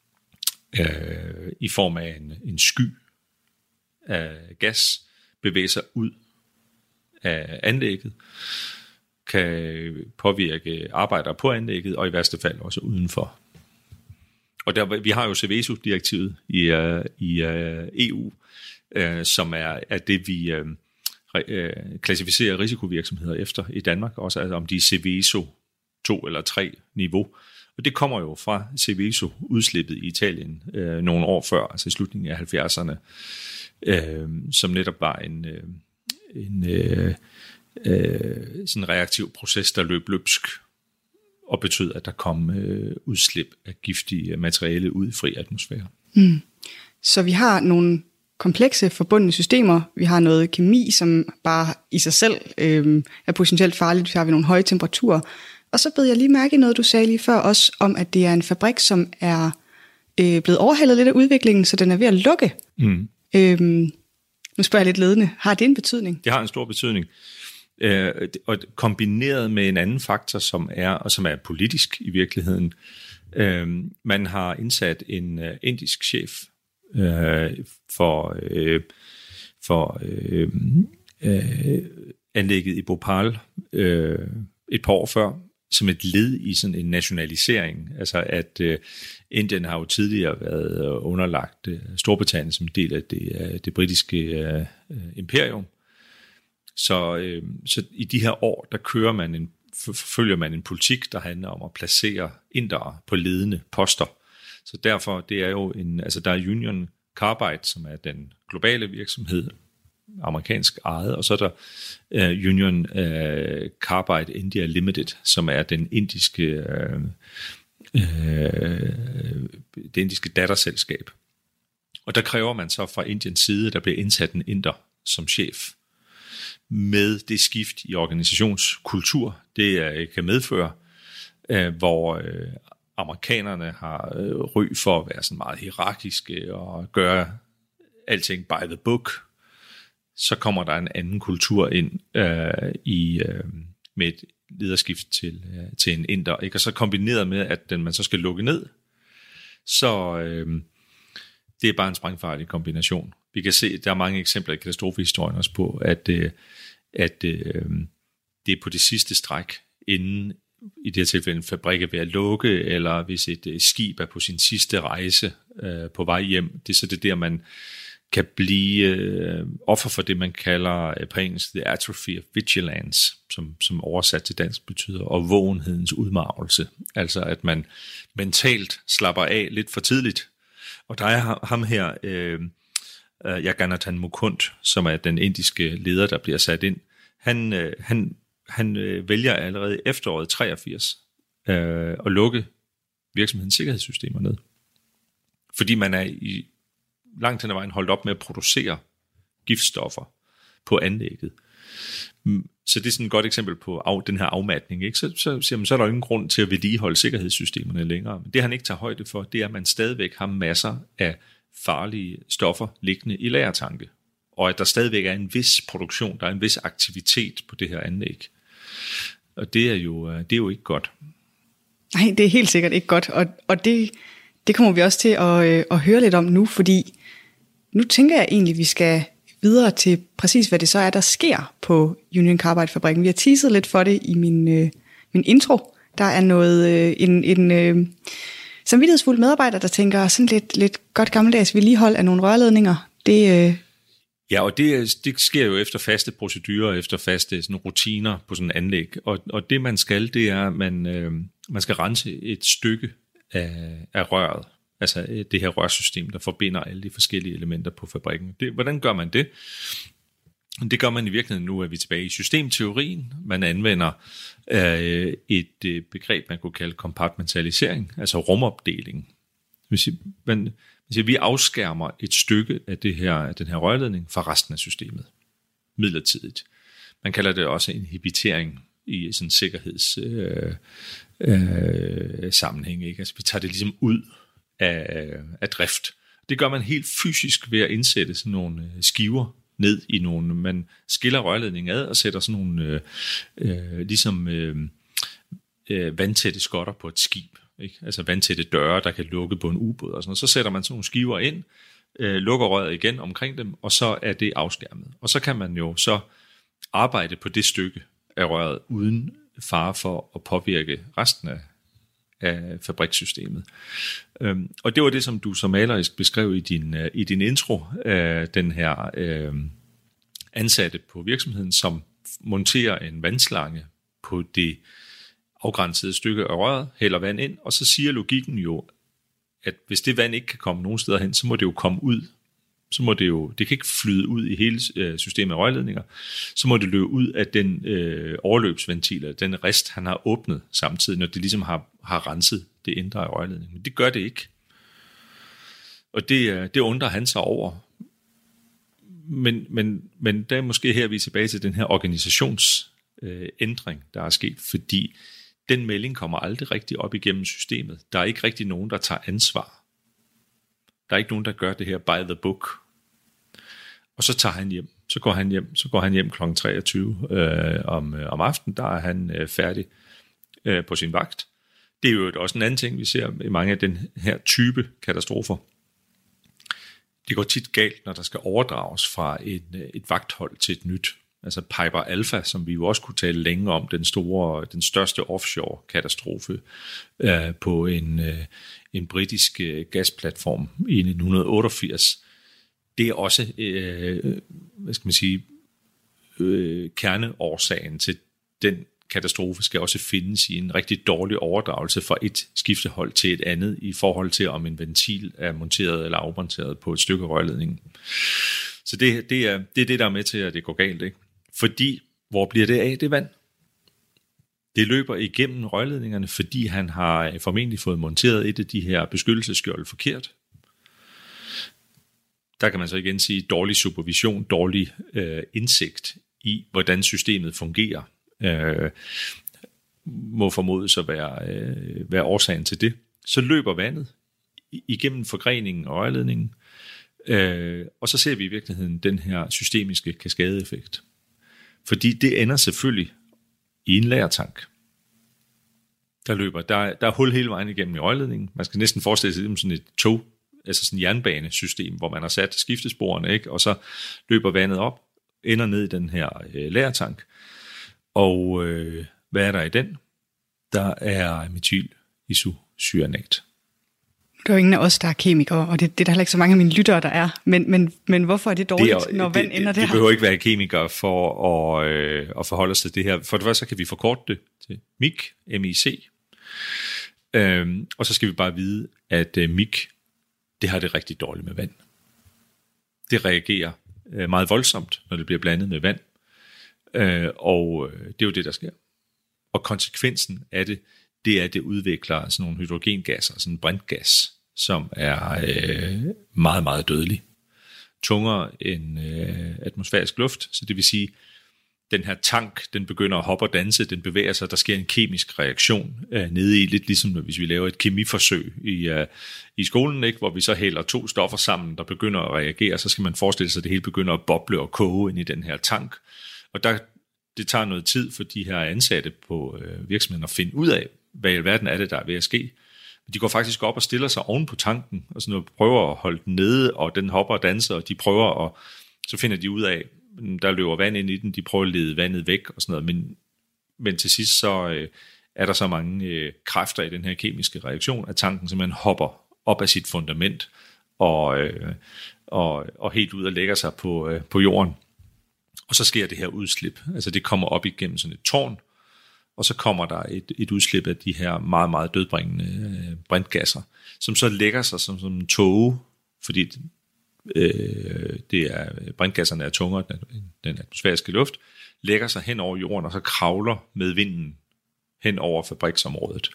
øh, i form af en, en sky af gas bevæge sig ud af anlægget, kan påvirke arbejdere på anlægget, og i værste fald også udenfor. Og der, vi har jo Seveso-direktivet i, uh, i uh, E U, uh, som er, er det, vi uh, uh, klassificerer risikovirksomheder efter i Danmark, også altså om de er Seveso to eller tre niveau. Og det kommer jo fra Seveso-udslippet i Italien uh, nogle år før, altså i slutningen af halvfjerdserne, uh, som netop var en, uh, en uh, Øh, sådan en reaktiv proces, der løb løbsk og betød, at der kom øh, udslip af giftige materiale ud i fri atmosfære. Mm. Så vi har nogle komplekse forbundne systemer. Vi har noget kemi, som bare i sig selv øh, er potentielt farligt. Så har vi nogle høje temperaturer. Og så bed jeg lige mærke noget, du sagde lige før også, om at det er en fabrik, som er øh, blevet overhalet lidt af udviklingen, så den er ved at lukke. Mm. Øhm, nu spørger jeg lidt ledende. Har det en betydning? Det har en stor betydning. Øh, og kombineret med en anden faktor, som er, og som er politisk i virkeligheden. Øh, man har indsat en uh, indisk chef øh, for, øh, for øh, øh, anlægget i Bhopal øh, et par år før, som et led i sådan en nationalisering. Altså at øh, Indien har jo tidligere været underlagt øh, Storbritannien som en del af det, øh, det britiske øh, imperium. Så, øh, så i de her år, der kører man en, forfølger man en politik, der handler om at placere indere på ledende poster. Så derfor, det er jo en, altså der er Union Carbide, som er den globale virksomhed, amerikansk ejet, og så er der uh, Union uh, Carbide India Limited, som er den indiske, uh, uh, det indiske datterselskab. Og der kræver man så fra Indiens side, der bliver indsat en inder som chef. Med det skift i organisationskultur, det kan medføre, uh, hvor uh, amerikanerne har uh, ry for at være sådan meget hierarkiske og gøre alting by the book, så kommer der en anden kultur ind øh, i øh, med et lederskift til, øh, til en inder, ikke? Og så kombineret med, at den, man så skal lukke ned, så øh, det er bare en sprængfarlig kombination. Vi kan se, der er mange eksempler i katastrofehistorien også på, at, øh, at øh, det er på det sidste stræk, inden i det her tilfælde en fabrik er ved at lukke, eller hvis et øh, skib er på sin sidste rejse øh, på vej hjem, det er så det der, man kan blive øh, offer for det, man kalder øh, på engelsk the atrophy of vigilance, som, som oversat til dansk betyder, og vågenhedens udmarvelse. Altså at man mentalt slapper af lidt for tidligt. Og der er ham her, øh, øh, Jagannathan Mukund, som er den indiske leder, der bliver sat ind. Han, øh, han, han øh, vælger allerede i efteråret treogfirs øh, at lukke virksomhedens sikkerhedssystemer ned. Fordi man er i langt hen ad vejen holdt op med at producere giftstoffer på anlægget. Så det er sådan et godt eksempel på af, den her afmatning. Ikke? Så, så, så, så er der ingen grund til at vedligeholde sikkerhedssystemerne længere. Men det han ikke tager højde for, det er, at man stadigvæk har masser af farlige stoffer liggende i lagertanke. Og at der stadigvæk er en vis produktion, der er en vis aktivitet på det her anlæg. Og det er jo, det er jo ikke godt. Nej, det er helt sikkert ikke godt. Og, og det, det kommer vi også til at, at høre lidt om nu, fordi nu tænker jeg egentlig, at vi skal videre til præcis, hvad det så er, der sker på Union Carbide-fabrikken. Vi har teaset lidt for det i min, øh, min intro. Der er noget, øh, en, en øh, samvittighedsfuld medarbejder, der tænker sådan lidt, lidt godt gammeldags vedligehold af nogle rørledninger. Det, øh... Ja, og det, det sker jo efter faste procedurer, efter faste sådan, rutiner på sådan en anlæg. Og, og det man skal, det er, at man, øh, man skal rense et stykke af, af røret. Altså det her rørsystem, der forbinder alle de forskellige elementer på fabrikken. Det, hvordan gør man det? Det gør man i virkeligheden nu, at vi er tilbage i systemteorien. Man anvender øh, et øh, begreb, man kunne kalde kompartmentalisering, altså rumopdeling. Man siger, man, man siger, vi afskærmer et stykke af, det her, af den her rørledning fra resten af systemet, midlertidigt. Man kalder det også inhibitering i sådan en sikkerheds øh, øh, sammenhæng. Ikke? Altså vi tager det ligesom ud Af, af drift. Det gør man helt fysisk ved at indsætte sådan nogle skiver ned i nogle, man skiller rørledningen ad og sætter sådan nogle øh, øh, ligesom øh, øh, vandtætte skotter på et skib, ikke? Altså vandtætte døre, der kan lukke på en ubåd og sådan noget. Så sætter man sådan nogle skiver ind, øh, lukker røret igen omkring dem, og så er det afskærmet. Og så kan man jo så arbejde på det stykke af røret uden fare for at påvirke resten af af fabrikssystemet. Øhm, og det var det, som du så malerisk beskrev i din, uh, i din intro, uh, den her uh, ansatte på virksomheden, som monterer en vandslange på det afgrænsede stykke af røret, hælder vand ind, og så siger logikken jo, at hvis det vand ikke kan komme nogen steder hen, så må det jo komme ud. Så må det jo, det kan ikke flyde ud i hele systemet af rørledninger, så må det løbe ud af den øh, overløbsventil, den rest, han har åbnet samtidig, når det ligesom har, har renset det indre af rørledningen. Men det gør det ikke. Og det, det undrer han sig over. Men, men, men der er måske her, vi er tilbage til den her organisationsændring, øh, der er sket, fordi den melding kommer aldrig rigtig op igennem systemet. Der er ikke rigtig nogen, der tager ansvar Der er ikke nogen, der gør det her by the book. Og så tager han hjem. Så går han hjem, så går han hjem klokken treogtyve øh, om, øh, om aftenen. Der er han øh, færdig øh, på sin vagt. Det er jo også en anden ting, vi ser i mange af den her type katastrofer. Det går tit galt, når der skal overdrages fra et, et vagthold til et nyt. Altså Piper Alpha, som vi jo også kunne tale længe om, den store, den største offshore-katastrofe øh, på en, øh, en britisk øh, gasplatform i nitten otteogfirs. Det er også, øh, hvad skal man sige, øh, kerneårsagen til den katastrofe skal også findes i en rigtig dårlig overdragelse fra et skiftehold til et andet i forhold til, om en ventil er monteret eller afmonteret på et stykke rørledning. Så det, det, er, det er det, der er med til, at det går galt, ikke? Fordi, hvor bliver det af, det vand? Det løber igennem rørledningerne, fordi han har formentlig fået monteret et af de her beskyttelsesskjold forkert. Der kan man så igen sige dårlig supervision, dårlig øh, indsigt i, hvordan systemet fungerer. Øh, må formodes at være, øh, være årsagen til det. Så løber vandet igennem forgreningen og rørledningen, øh, og så ser vi i virkeligheden den her systemiske kaskadeeffekt. Fordi det ender selvfølgelig i en lagertank. Der løber, der, der er hul hele vejen igennem i rørledningen. Man skal næsten forestille sig det som sådan et tog, altså sådan et jernbanesystem, hvor man har sat skiftesporene, ikke? Og så løber vandet op, ender ned i den her øh, lagertank. Og øh, hvad er der i den? Der er metylisocyanat. Der er jo ingen af os, der er kemikere, og det, det er der heller ikke så mange af mine lyttere, der er. Men, men, men hvorfor er det dårligt, det er, når vand det, ender der? Det behøver ikke være kemikere for at, øh, at forholde sig til det her. For det første så kan vi forkorte det til M I C, M I C. Øhm, og så skal vi bare vide, at øh, M I C, det har det rigtig dårligt med vand. Det reagerer øh, meget voldsomt, når det bliver blandet med vand. Øh, og øh, det er jo det, der sker. Og konsekvensen af det, det er, at det udvikler sådan nogle hydrogengasser, sådan en brintgas, som er øh, meget, meget dødelig. Tungere end øh, atmosfærisk luft, så det vil sige, den her tank, den begynder at hoppe og danse, den bevæger sig, der sker en kemisk reaktion øh, nede i, lidt ligesom hvis vi laver et kemiforsøg i, øh, i skolen, ikke? Hvor vi så hælder to stoffer sammen, der begynder at reagere, så skal man forestille sig, at det hele begynder at boble og koge ind i den her tank. Og der, det tager noget tid for de her ansatte på øh, virksomheden at finde ud af, hvad i alverden er det, der er ved at ske. De går faktisk op og stiller sig oven på tanken, og sådan noget, prøver at holde den nede, og den hopper og danser, og de prøver at, så finder de ud af, der løber vand ind i den, de prøver at lede vandet væk, og sådan noget, men, men til sidst så øh, er der så mange øh, kræfter i den her kemiske reaktion, at tanken simpelthen hopper op af sit fundament, og, øh, og, og helt ud og lægger sig på, øh, på jorden. Og så sker det her udslip. Altså det kommer op igennem sådan et tårn, og så kommer der et, et udslip af de her meget, meget dødbringende øh, brintgasser, som så lægger sig som, som en tåge, fordi øh, det er, brintgasserne er tungere end den atmosfæriske luft, lægger sig hen over jorden, og så kravler med vinden hen over fabriksområdet.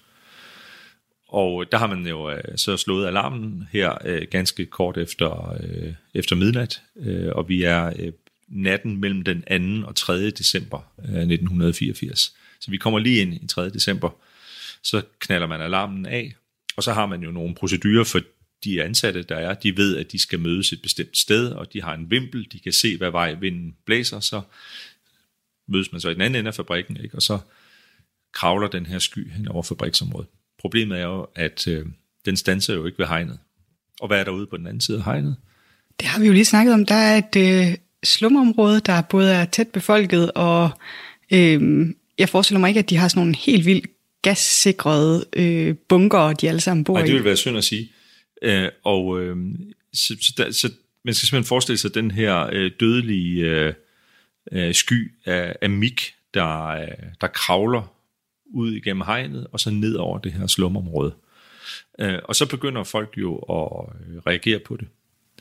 Og der har man jo øh, så slået alarmen her øh, ganske kort efter, øh, efter midnat, øh, og vi er øh, natten mellem den anden og tredje december øh, nitten fireogfirs. Så vi kommer lige ind i tredje december, så knalder man alarmen af, og så har man jo nogle procedurer for de ansatte, der er. De ved, at de skal mødes et bestemt sted, og de har en vimpel, de kan se, hvad vej vinden blæser, så mødes man så i den anden ende af fabrikken, ikke? Og så kravler den her sky hen over fabriksområdet. Problemet er jo, at øh, den standser jo ikke ved hegnet. Og hvad er der ude på den anden side af hegnet? Det har vi jo lige snakket om. Der er et øh, slumområde, der både er tæt befolket, og øh, jeg forestiller mig ikke, at de har sådan nogle helt vildt gassikrede øh, bunker, de alle sammen bor i. Nej, det vil være synd at sige. Øh, og øh, så, så, der, så man skal simpelthen forestille sig den her øh, dødelige øh, øh, sky af, af M I C, der, øh, der kravler ud igennem hegnet, og så ned over det her slumområde. Øh, og så begynder folk jo at øh, reagere på det.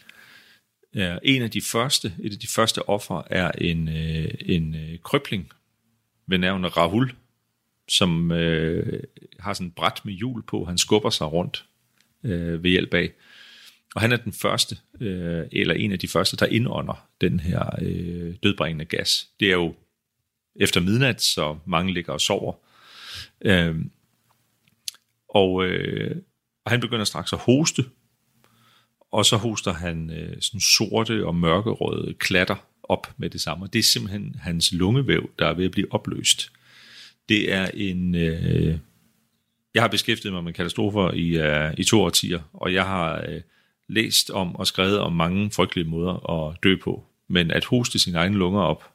Øh, en af de første, et af de første offer er en, øh, en øh, krøbling ved navn Rahul, som øh, har sådan et bræt med hjul på. Han skubber sig rundt øh, ved hjælp af. Og han er den første, øh, eller en af de første, der indånder den her øh, dødbringende gas. Det er jo efter midnat, så mange ligger og sover. Øh, og, øh, og han begynder straks at hoste, og så hoster han øh, sådan sorte og mørkerøde klatter op med det samme. Det er simpelthen hans lungevæv, der er ved at blive opløst. Det er en... Øh, jeg har beskæftiget mig med katastrofer i, øh, i to årtier, og jeg har øh, læst om og skrevet om mange frygtelige måder at dø på. Men at hoste sine egne lunger op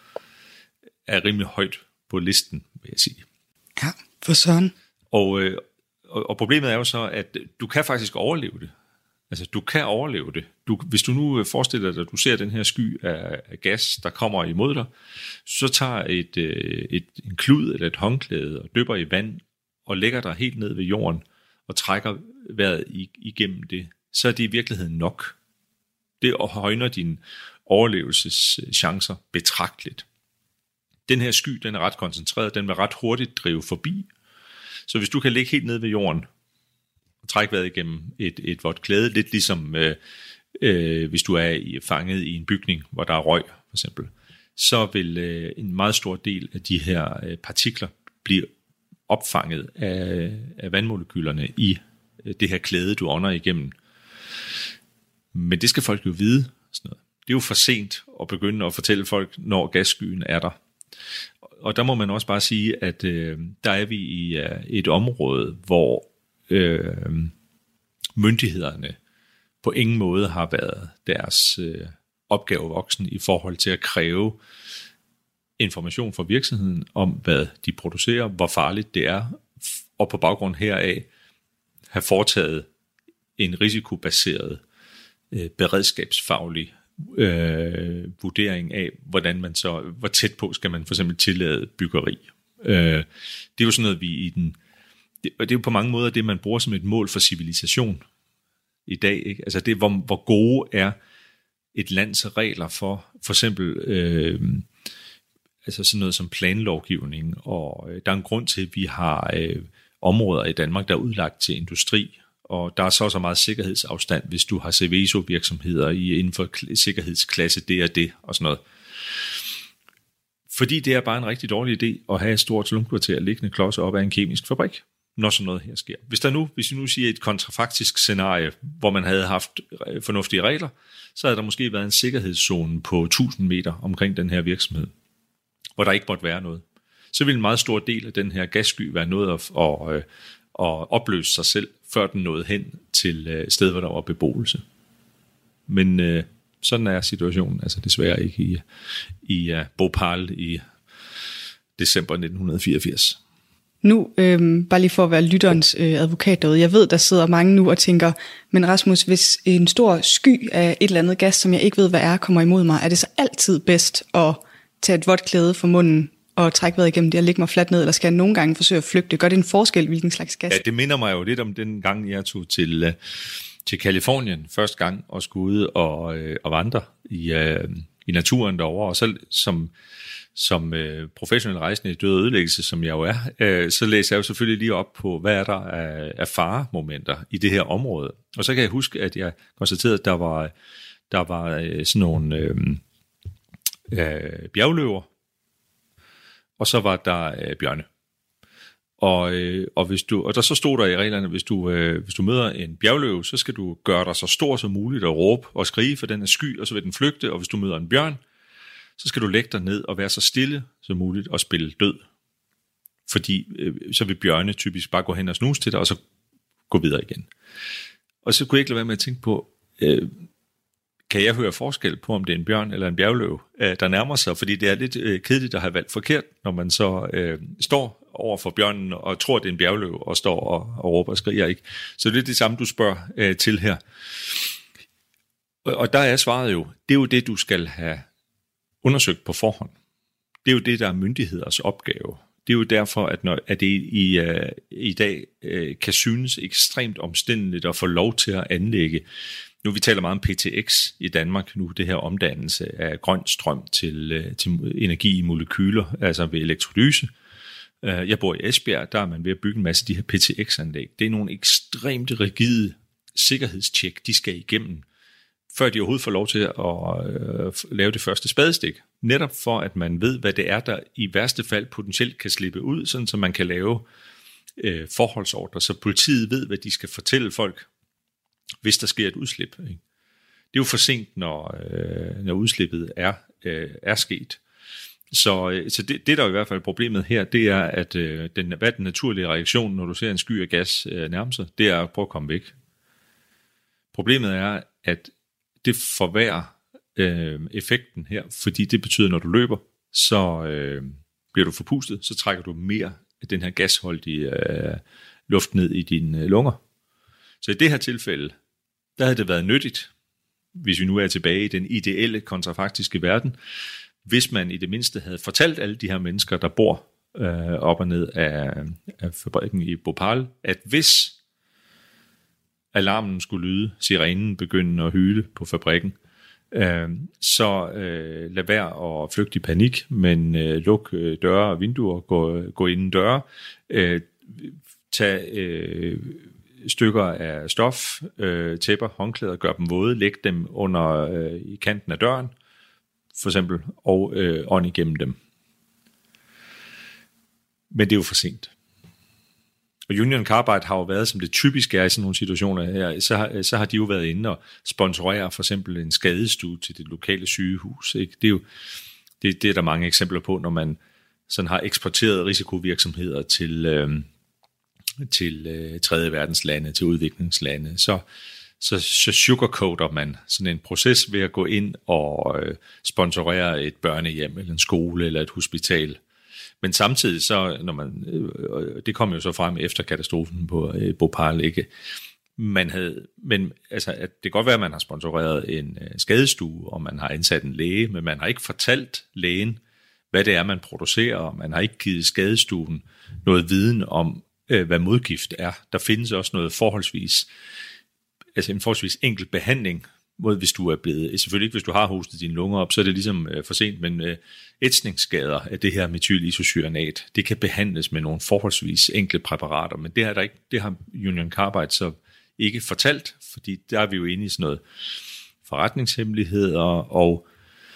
er rimelig højt på listen, vil jeg sige. Ja, for sådan. Og, øh, og, og problemet er jo så, at du kan faktisk overleve det. Altså, du kan overleve det. Du, hvis du nu forestiller dig, at du ser den her sky af, af gas, der kommer imod dig, så tager et, et, en klud eller et håndklæde og dypper i vand og lægger dig helt ned ved jorden og trækker vejret igennem det, så er det i virkeligheden nok. Det højner dine overlevelseschancer betragteligt. Den her sky, den er ret koncentreret, den vil ret hurtigt drive forbi. Så hvis du kan ligge helt ned ved jorden og trække vejret igennem et, et vådt klæde, lidt ligesom øh, øh, hvis du er i, fanget i en bygning, hvor der er røg for eksempel, så vil øh, en meget stor del af de her øh, partikler blive opfanget af, af vandmolekylerne i øh, det her klæde, du ånder igennem. Men det skal folk jo vide. Sådan noget. Det er jo for sent at begynde at fortælle folk, når gasskyen er der. Og der må man også bare sige, at øh, der er vi i uh, et område, hvor øh, myndighederne på ingen måde har været deres øh, opgave voksen i forhold til at kræve information fra virksomheden om, hvad de producerer, hvor farligt det er, og på baggrund heraf have foretaget en risikobaseret øh, beredskabsfaglig øh, vurdering af, hvordan man så, hvor tæt på skal man for eksempel tillade byggeri. Øh, det er jo sådan noget, vi i den, det, og det er jo på mange måder det, man bruger som et mål for civilisation i dag, ikke? Altså det, hvor, hvor gode er et lands regler for, for eksempel, øh, altså sådan noget som planlovgivning, og øh, der er en grund til, at vi har øh, områder i Danmark, der er udlagt til industri, og der er så så meget sikkerhedsafstand, hvis du har Seveso-virksomheder i, inden for sikkerhedsklasse det og det, og sådan noget. Fordi det er bare en rigtig dårlig idé at have et stort slumkvarter liggende klodser op af en kemisk fabrik, når sådan noget her sker. Hvis der nu, hvis vi nu siger et kontrafaktisk scenarie, hvor man havde haft fornuftige regler, så havde der måske været en sikkerhedszone på tusind meter omkring den her virksomhed, hvor der ikke måtte være noget. Så ville en meget stor del af den her gassky være noget at, at, at, at opløse sig selv, før den nåede hen til et sted, hvor der var beboelse. Men øh, sådan er situationen altså desværre ikke i, i uh, Bhopal i december nitten fireogfirs. Nu, øh, bare lige for at være lytterens øh, advokat derude, jeg ved, der sidder mange nu og tænker, men Rasmus, hvis en stor sky af et eller andet gas, som jeg ikke ved, hvad er, kommer imod mig, er det så altid bedst at tage et vådt klæde fra munden og trække vejret igennem det og lægge mig fladt ned, eller skal jeg nogle gange forsøge at flygte? Gør det en forskel, hvilken slags gas? Ja, det minder mig jo lidt om den gang, jeg tog til, uh, til Kalifornien første gang og skulle ud og, uh, og vandre i, uh, i naturen derovre, og så som... som øh, professionel rejsende i død og ødelæggelse, som jeg jo er, øh, så læser jeg jo selvfølgelig lige op på, hvad er der af, af faremomenter i det her område. Og så kan jeg huske, at jeg konstaterede, at der var, der var øh, sådan nogle øh, øh, bjergløver, og så var der øh, bjørne. Og, øh, og, hvis du, og der så stod der i reglerne, hvis du, øh, hvis du møder en bjergløve, så skal du gøre dig så stor som muligt og råbe og skrige, for den er sky, og så vil den flygte, og hvis du møder en bjørn, så skal du lægge dig ned og være så stille som muligt og spille død. Fordi øh, så vil bjørne typisk bare gå hen og snuse til dig, og så gå videre igen. Og så kunne jeg ikke lade være med at tænke på, øh, kan jeg høre forskel på, om det er en bjørn eller en bjergløve, øh, der nærmer sig? Fordi det er lidt øh, kedeligt at have valgt forkert, når man så øh, står over for bjørnen og tror, det er en bjergløve, og står og, og råber og skriger ikke. Så det er det samme, du spørger øh, til her. Og, og der er svaret jo, det er jo det, du skal have undersøgt på forhånd. Det er jo det, der er myndigheders opgave. Det er jo derfor, at, når, at det i, uh, i dag uh, kan synes ekstremt omstændeligt at få lov til at anlægge. Nu vi taler meget om P T X i Danmark nu, det her omdannelse af grøn strøm til, uh, til energi i molekyler, altså ved elektrolyse. Uh, jeg bor i Esbjerg, der er man ved at bygge en masse af de her P T X-anlæg. Det er nogle ekstremt rigide sikkerhedstjek, de skal igennem, før de overhovedet får lov til at øh, lave det første spadestik. Netop for, at man ved, hvad det er, der i værste fald potentielt kan slippe ud, sådan så man kan lave øh, forholdsordner, så politiet ved, hvad de skal fortælle folk, hvis der sker et udslip. Ikke? Det er jo for sent, når, øh, når udslippet er, øh, er sket. Så, så det, det, der er i hvert fald problemet her, det er, at øh, den, hvad er den naturlige reaktion, når du ser en sky af gas øh, nærme sig, det er at prøve at komme væk. Problemet er, at det forværrer øh, effekten her, fordi det betyder, når du løber, så øh, bliver du forpustet, så trækker du mere af den her gasholdige øh, luft ned i dine øh, lunger. Så i det her tilfælde, der havde det været nyttigt, hvis vi nu er tilbage i den ideelle kontrafaktiske verden, hvis man i det mindste havde fortalt alle de her mennesker, der bor øh, op og ned af, af fabrikken i Bhopal, at hvis alarmen skulle lyde, sirenen begynde at hyle på fabrikken, øh, så øh, lad være at flygte i panik, men øh, luk øh, døre og vinduer, gå, gå inden døre, øh, tag øh, stykker af stof, øh, tæpper, håndklæder, gør dem våde, læg dem under øh, i kanten af døren, for eksempel, og øh, ånd igennem dem. Men det er jo for sent. Og Union Carbide har jo været, som det typisk er i sådan nogle situationer her, så har, så har de jo været inde og sponsorere for eksempel en skadestue til det lokale sygehus. Ikke? Det er jo det, det er der mange eksempler på, når man sådan har eksporteret risikovirksomheder til, øh, til øh, tredje verdens lande, til udviklingslande, så Så, så sugarcoater man sådan en proces ved at gå ind og øh, sponsorere et børnehjem, eller en skole, eller et hospital. Men samtidig så, når man, øh, det kom jo så frem efter katastrofen på øh, Bhopal, ikke? Man havde, men altså, at det kan godt være, at man har sponsoreret en øh, skadestue, og man har indsat en læge, men man har ikke fortalt lægen, hvad det er, man producerer, og man har ikke givet skadestuen noget viden om, øh, hvad modgift er. Der findes også noget forholdsvis altså en forholdsvis enkel behandling, mod hvis du er blevet, selvfølgelig ikke hvis du har hostet dine lunger op, så er det ligesom øh, for sent, men øh, ætsningsskader af det her metylisocyanat, det kan behandles med nogle forholdsvis enkle præparater, men det har, der ikke, det har Union Carbide så ikke fortalt, fordi der er vi jo inde i sådan noget forretningshemmeligheder, og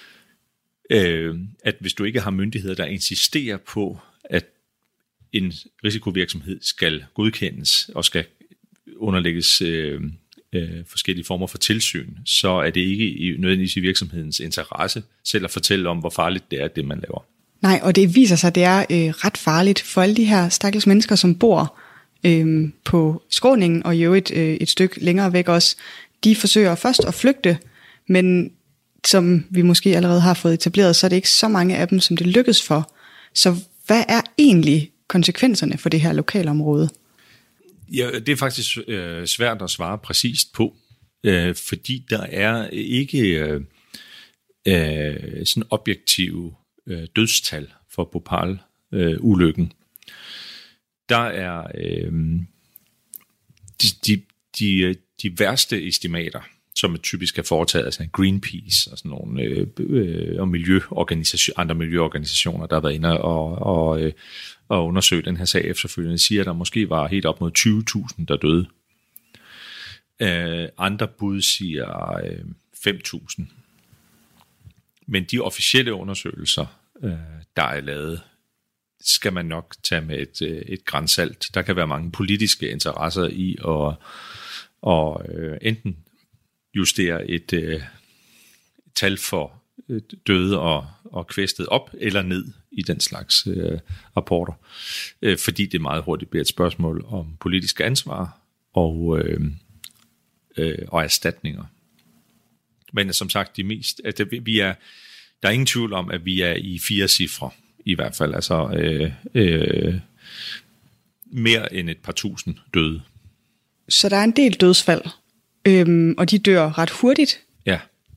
øh, at hvis du ikke har myndigheder, der insisterer på, at en risikovirksomhed skal godkendes og skal underlægges øh, øh, forskellige former for tilsyn, så er det ikke i, nødvendigvis i virksomhedens interesse selv at fortælle om, hvor farligt det er, det man laver. Nej, og det viser sig, at det er øh, ret farligt for alle de her stakkels mennesker, som bor øh, på Skråningen og i øvrigt øh, et stykke længere væk også. De forsøger først at flygte, men som vi måske allerede har fået etableret, så er det ikke så mange af dem, som det lykkes for. Så hvad er egentlig konsekvenserne for det her lokalområde? Ja, det er faktisk øh, svært at svare præcist på, øh, fordi der er ikke øh, øh, sådan objektive øh, dødstal for Bhopal-ulykken. Øh, der er øh, de, de, de, de værste estimater, som typisk er foretaget af altså Greenpeace og sådan nogle øh, øh, og miljøorganisation, andre miljøorganisationer, der har været inde og, og, øh, og undersøgt den her sag efterfølgende, siger, at der måske var helt op mod tyve tusind, der døde. Øh, andre bud siger øh, fem tusind. Men de officielle undersøgelser, øh, der er lavet, skal man nok tage med et, øh, et gran salt. Der kan være mange politiske interesser i at og, øh, enten justere et øh, tal for øh, døde og, og kvæstet op eller ned i den slags øh, rapporter, øh, fordi det meget hurtigt bliver et spørgsmål om politisk ansvar og, øh, øh, og erstatninger. Men som sagt, de mest, at det, vi er, der er ingen tvivl om, at vi er i fire cifre i hvert fald, altså øh, øh, mere end et par tusind døde. Så der er en del dødsfald. Øhm, og de dør ret hurtigt. Ja.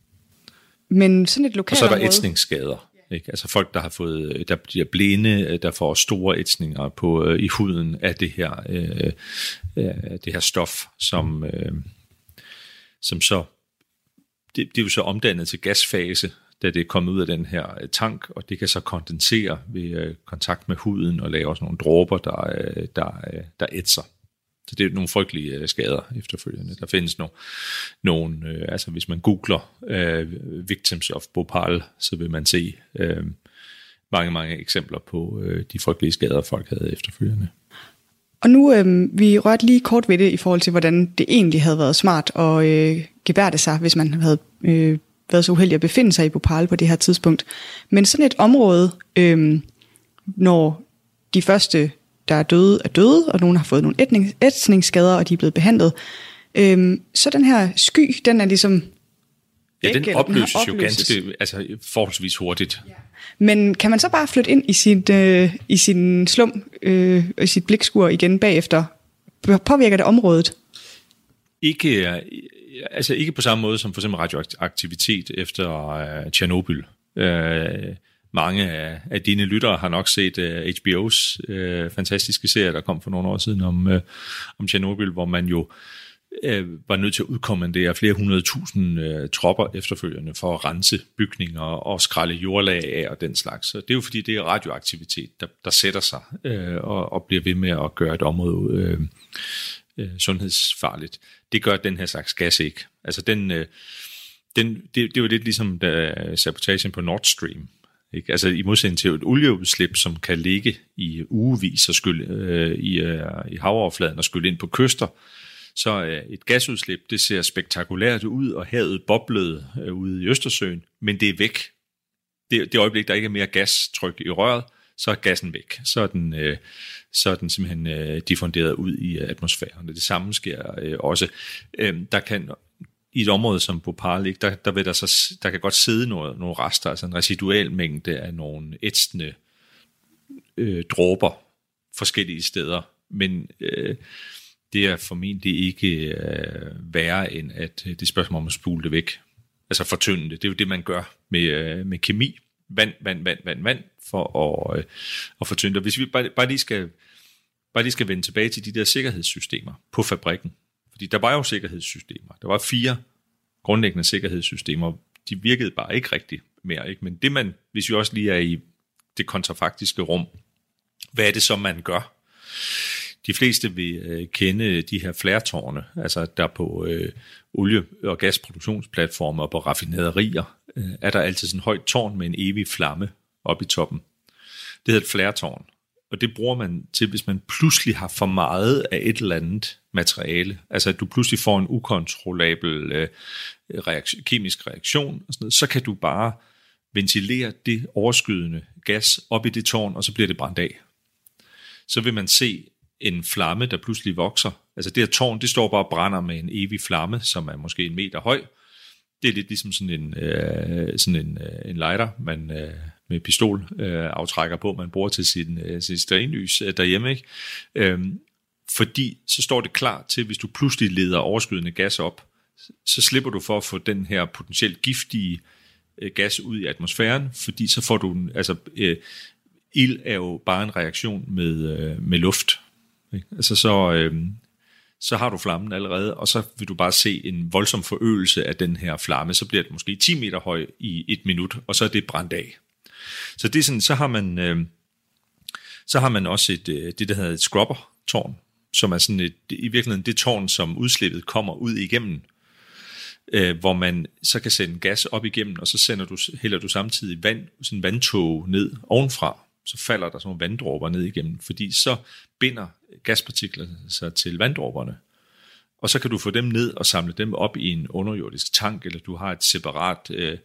Men sådan et lokalområde... Og så er der ætsningsskader. Ikke? Altså folk, der har fået, der bliver blinde, der får store ætsninger på øh, i huden af det her, øh, øh, det her stof, som, øh, som så, det, det er jo så omdannet til gasfase, da det er kommet ud af den her tank, og det kan så kondensere ved øh, kontakt med huden og lave også nogle dråber, der, øh, der, øh, der ætser. Så det er nogle frygtelige skader efterfølgende. Der findes nogle, nogle øh, altså hvis man googler øh, victims of Bhopal, så vil man se øh, mange, mange eksempler på øh, de frygtelige skader, folk havde efterfølgende. Og nu, øh, vi rørte lige kort ved det i forhold til, hvordan det egentlig havde været smart at øh, gebærde sig, hvis man havde øh, været så uheldig at befinde sig i Bhopal på det her tidspunkt. Men sådan et område, øh, når de første, der er døde, er døde, og nogen har fået nogle ætning, ætsningsskader, og de er blevet behandlet, øh, så den her sky, den er ligesom... Ja, den ikke, opløses, den jo ganske, altså forholdsvis hurtigt. Ja. Men kan man så bare flytte ind i, sit, øh, i sin slum, øh, i sit blikskur igen bagefter? Påvirker det området? Ikke, altså ikke på samme måde som for eksempel radioaktivitet efter uh, Tjernobyl. Uh, mange af, af dine lyttere har nok set uh, H B O's uh, fantastiske serie, der kom for nogle år siden om, uh, om Tjernobyl, hvor man jo var nødt til at udkommandere flere hundrede tusind øh, tropper efterfølgende for at rense bygninger og skralde jordlag af og den slags. Så det er jo fordi, det er radioaktivitet, der, der sætter sig øh, og, og bliver ved med at gøre et område øh, øh, sundhedsfarligt. Det gør den her slags gas ikke. Altså den, øh, den, det, det er jo lidt ligesom da sabotagen på Nord Stream. Ikke? Altså i modsætning til et olieudslip, som kan ligge i ugevis og skylle øh, i, øh, i havoverfladen og skylle ind på kyster, så et gasudslip, det ser spektakulært ud, og havet boblede ude i Østersøen, men det er væk. Det, det øjeblik, der ikke er mere gastryk i røret, så er gassen væk. Så er den, så er den simpelthen diffunderet ud i atmosfæren. Det samme sker også. Der kan, i et område som Bhopal, der, der, vil der, så, der kan godt sidde noget, nogle rester, altså en residual mængde af nogle ætsende øh, dråber forskellige steder, men øh, det er formentlig ikke øh, værre, end at det er spørgsmål om at spule det væk. Altså fortynde det. Det er jo det, man gør med, øh, med kemi. Vand, vand, vand, vand, vand, for at, øh, at fortynde det. Hvis vi bare, bare, lige skal, bare lige skal vende tilbage til de der sikkerhedssystemer på fabrikken. Fordi der var jo sikkerhedssystemer. Der var fire grundlæggende sikkerhedssystemer. De virkede bare ikke rigtigt mere. Ikke? Men det man, hvis vi også lige er i det kontrafaktiske rum, hvad er det så, man gør? De fleste vil øh, kende de her flertårne, altså der på øh, olie- og gasproduktionsplatformer og på raffinaderier, øh, er der altid sådan et højt tårn med en evig flamme oppe i toppen. Det hedder et flertårn, og det bruger man til, hvis man pludselig har for meget af et eller andet materiale. Altså at du pludselig får en ukontrollabel øh, reaktion, kemisk reaktion, og sådan noget, så kan du bare ventilere det overskydende gas op i det tårn, og så bliver det brændt af. Så vil man se en flamme, der pludselig vokser. Altså det her tårn, det står bare og brænder med en evig flamme, som er måske en meter høj. Det er lidt ligesom sådan en, øh, sådan en, øh, en lighter, man øh, med pistol øh, aftrækker på, man bruger til sin, øh, sin stearinlys øh, derhjemme. Ikke? Øhm, fordi så står det klar til, hvis du pludselig leder overskydende gas op, så slipper du for at få den her potentielt giftige øh, gas ud i atmosfæren, fordi så får du, altså øh, ild er jo bare en reaktion med, øh, med luft. Altså så, øh, så har du flammen allerede, og så vil du bare se en voldsom forøgelse af den her flamme. Så bliver det måske ti meter høj i et minut, og så er det brændt af. Så det er sådan, så har man, øh, så har man også et, øh, det, der hedder et scrubber-tårn, som er sådan et, i virkeligheden det tårn, som udslippet kommer ud igennem, øh, hvor man så kan sende gas op igennem, og så sender du, hælder du samtidig vand, sådan vandtog ned ovenfra. Så falder der sådan nogle vanddråber ned igennem, fordi så binder gaspartikler sig til vanddråberne, og så kan du få dem ned og samle dem op i en underjordisk tank, eller du har et separat øh,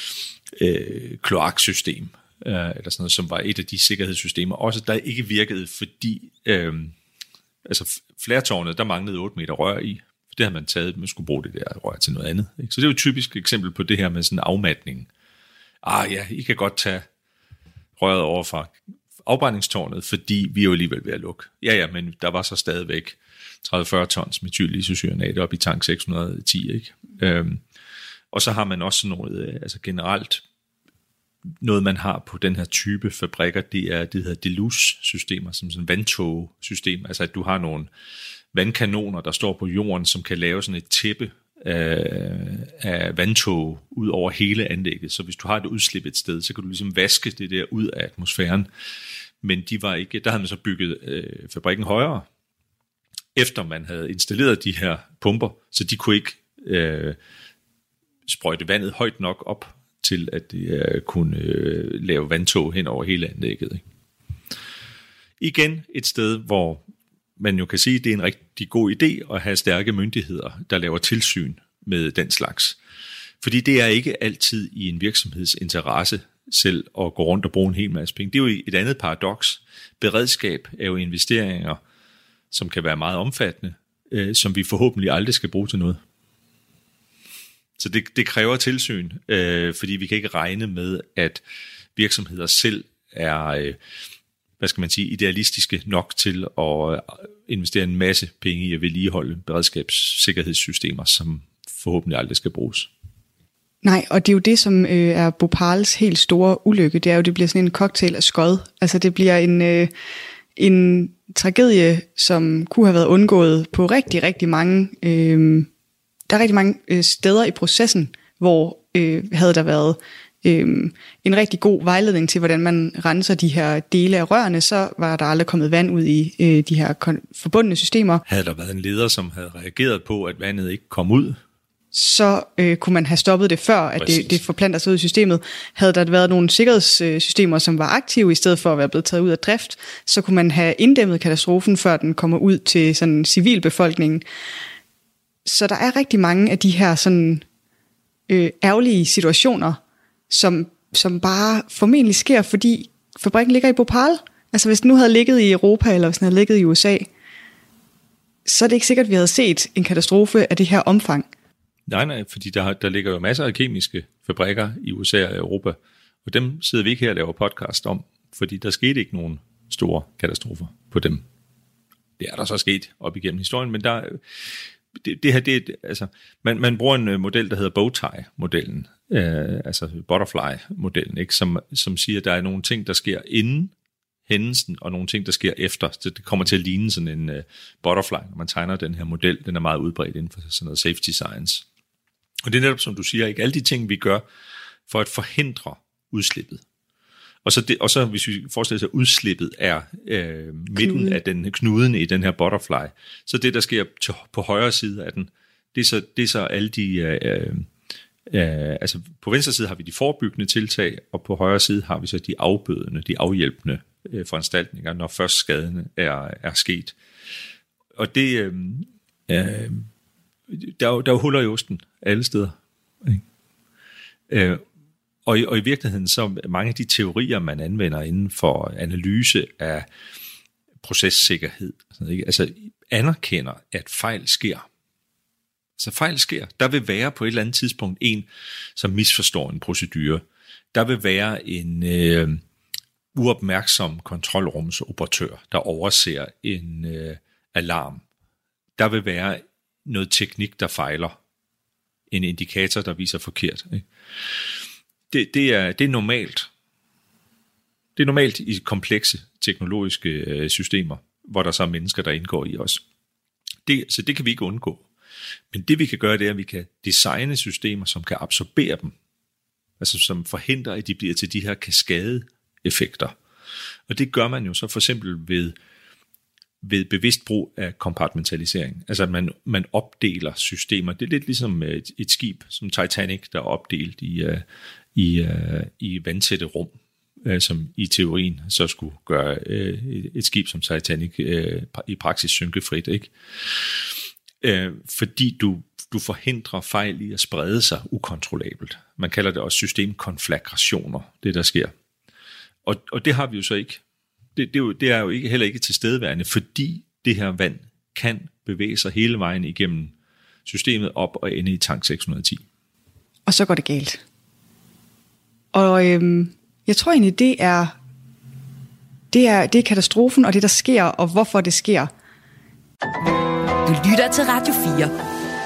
øh, kloaksystem, øh, eller sådan noget, som var et af de sikkerhedssystemer, også der ikke virkede, fordi øh, altså flertårnet, der manglede otte meter rør i, for det havde man taget, man skulle bruge det der rør til noget andet. Ikke? Så det er jo et typisk eksempel på det her med sådan afmatning. Ah ja, I kan godt tage røret over fra afbrændingstårnet, fordi vi er jo alligevel ved at lukke. Ja, ja, men der var så stadigvæk tredive til fyrre tons metylisocyanat op i tank seks hundrede og ti, ikke? Øhm, og så har man også noget, altså generelt, noget man har på den her type fabrikker, det er det hedder deluge-systemer, som sådan vandtog-system, altså at du har nogle vandkanoner, der står på jorden, som kan lave sådan et tæppe af, af vandtog ud over hele anlægget. Så hvis du har et udslip et sted, så kan du ligesom vaske det der ud af atmosfæren. Men de var ikke, der havde man så bygget øh, fabrikken højere, efter man havde installeret de her pumper, så de kunne ikke øh, sprøjte vandet højt nok op til, at de øh, kunne øh, lave vandtog hen over hele anlægget. Ikke? Igen et sted, hvor man jo kan sige, at det er en rigtig god idé at have stærke myndigheder, der laver tilsyn med den slags. Fordi det er ikke altid i en virksomheds interesse selv at gå rundt og bruge en hel masse penge. Det er jo et andet paradoks. Beredskab er jo investeringer, som kan være meget omfattende, øh, som vi forhåbentlig aldrig skal bruge til noget. Så det, det kræver tilsyn, øh, fordi vi kan ikke regne med, at virksomheder selv er, øh, hvad skal man sige, idealistiske nok til at investere en masse penge i at vedligeholde beredskabssikkerhedssystemer, som forhåbentlig aldrig skal bruges. Nej, og det er jo det, som øh, er Bhopals helt store ulykke. Det er jo, det bliver sådan en cocktail af skod. Altså det bliver en, øh, en tragedie, som kunne have været undgået på rigtig, rigtig mange... Øh, der er rigtig mange øh, steder i processen, hvor øh, havde der været øh, en rigtig god vejledning til, hvordan man renser de her dele af rørene, så var der aldrig kommet vand ud i øh, de her kon- forbundne systemer. Havde der været en leder, som havde reageret på, at vandet ikke kom ud, så øh, kunne man have stoppet det før, at det, det forplanter sig ud i systemet. Havde der været nogle sikkerhedssystemer, som var aktive, i stedet for at være blevet taget ud af drift, så kunne man have inddæmmet katastrofen, før den kommer ud til sådan civilbefolkningen. Så der er rigtig mange af de her sådan øh, ærgerlige situationer, som, som bare formentlig sker, fordi fabrikken ligger i Bhopal. Altså hvis den nu havde ligget i Europa, eller hvis den havde ligget i U S A, så er det ikke sikkert, at vi havde set en katastrofe af det her omfang. Nej, nej, fordi der, der ligger jo masser af kemiske fabrikker i U S A og Europa, og dem sidder vi ikke her og laver podcast om, fordi der skete ikke nogen store katastrofer på dem. Det er der så sket op igennem historien, men der... Det, det her, det, altså, man, man bruger en model, der hedder bowtie-modellen, øh, altså butterfly-modellen, ikke? Som, som siger, at der er nogle ting, der sker inden hændelsen, og nogle ting, der sker efter. Så det kommer til at ligne sådan en uh, butterfly, når man tegner den her model. Den er meget udbredt inden for sådan noget safety science. Og det er netop, som du siger, ikke alle de ting, vi gør for at forhindre udslippet. Og så, det, og så hvis vi forestiller sig, at udslippet er øh, midten Knude. af den knuden i den her butterfly, så det, der sker til, på højre side af den, det er så, det er så alle de... Øh, øh, altså på venstre side har vi de forebyggende tiltag, og på højre side har vi så de afbødende, de afhjælpende øh, foranstaltninger, når først skaden er, er sket. Og det... Øh, øh, der, er, der er jo huller i osten alle steder. Ikke? Øh, Og i, og i virkeligheden så mange af de teorier, man anvender inden for analyse af processikkerhed, altså anerkender, at fejl sker. Så fejl sker. Der vil være på et eller andet tidspunkt en, som misforstår en procedure. Der vil være en øh, uopmærksom kontrolrumsoperatør, der overser en øh, alarm. Der vil være noget teknik, der fejler. En indikator, der viser forkert. Ikke? Det, det, er, det er normalt. Det er normalt i komplekse teknologiske øh, systemer, hvor der så er mennesker, der indgår i os. Det, så det kan vi ikke undgå. Men det vi kan gøre, det er, at vi kan designe systemer, som kan absorbere dem. Altså som forhindrer, at de bliver til de her kaskadeeffekter. Og det gør man jo så for eksempel ved, ved bevidst brug af kompartmentalisering. Altså at man, man opdeler systemer. Det er lidt ligesom et, et skib som Titanic, der er opdelt i, uh, i, uh, i vandtætte rum, uh, som i teorien så skulle gøre uh, et skib som Titanic uh, i praksis synkefrit, ikke? Uh, fordi du, du forhindrer fejl i at sprede sig ukontrollabelt. Man kalder det også systemkonflagrationer, det der sker. Og, og det har vi jo så ikke. Det, det, er jo, det er jo ikke, heller ikke tilstedeværende, fordi det her vand kan bevæge sig hele vejen igennem systemet op og ende i tank seks hundrede og ti. Og så går det galt. Og øhm, jeg tror egentlig, det er, det, er, det er katastrofen, og det der sker, og hvorfor det sker. Du lytter til Radio fire.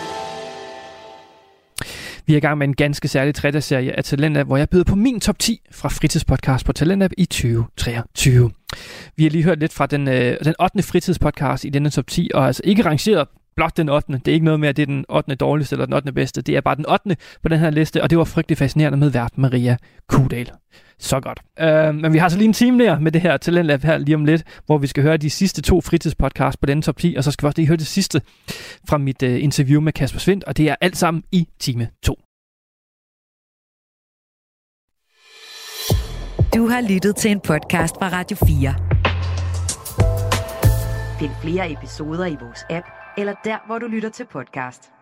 Vi er i gang med en ganske særlig tredagsserie af Talentlab, hvor jeg byder på min top ti fra fritidspodcast på Talentlab i tyve treogtyve. Vi har lige hørt lidt fra den, øh, den ottende fritidspodcast i denne top ti, og altså ikke rangeret blot den ottende. Det er ikke noget med, at det er den ottende dårligste eller den ottende bedste. Det er bare den ottende på den her liste, og det var frygtelig fascinerende med vært Maria Kudal. Så godt. Uh, men vi har så lige en time mere med det her Talentlab her lige om lidt, hvor vi skal høre de sidste to fritidspodcasts på denne top ti, og så skal vi også lige høre det sidste fra mit uh, interview med Kasper Svindt, og det er alt sammen i time to. Du har lyttet til en podcast fra Radio fire. Find flere episoder i vores app, eller der, hvor du lytter til podcast.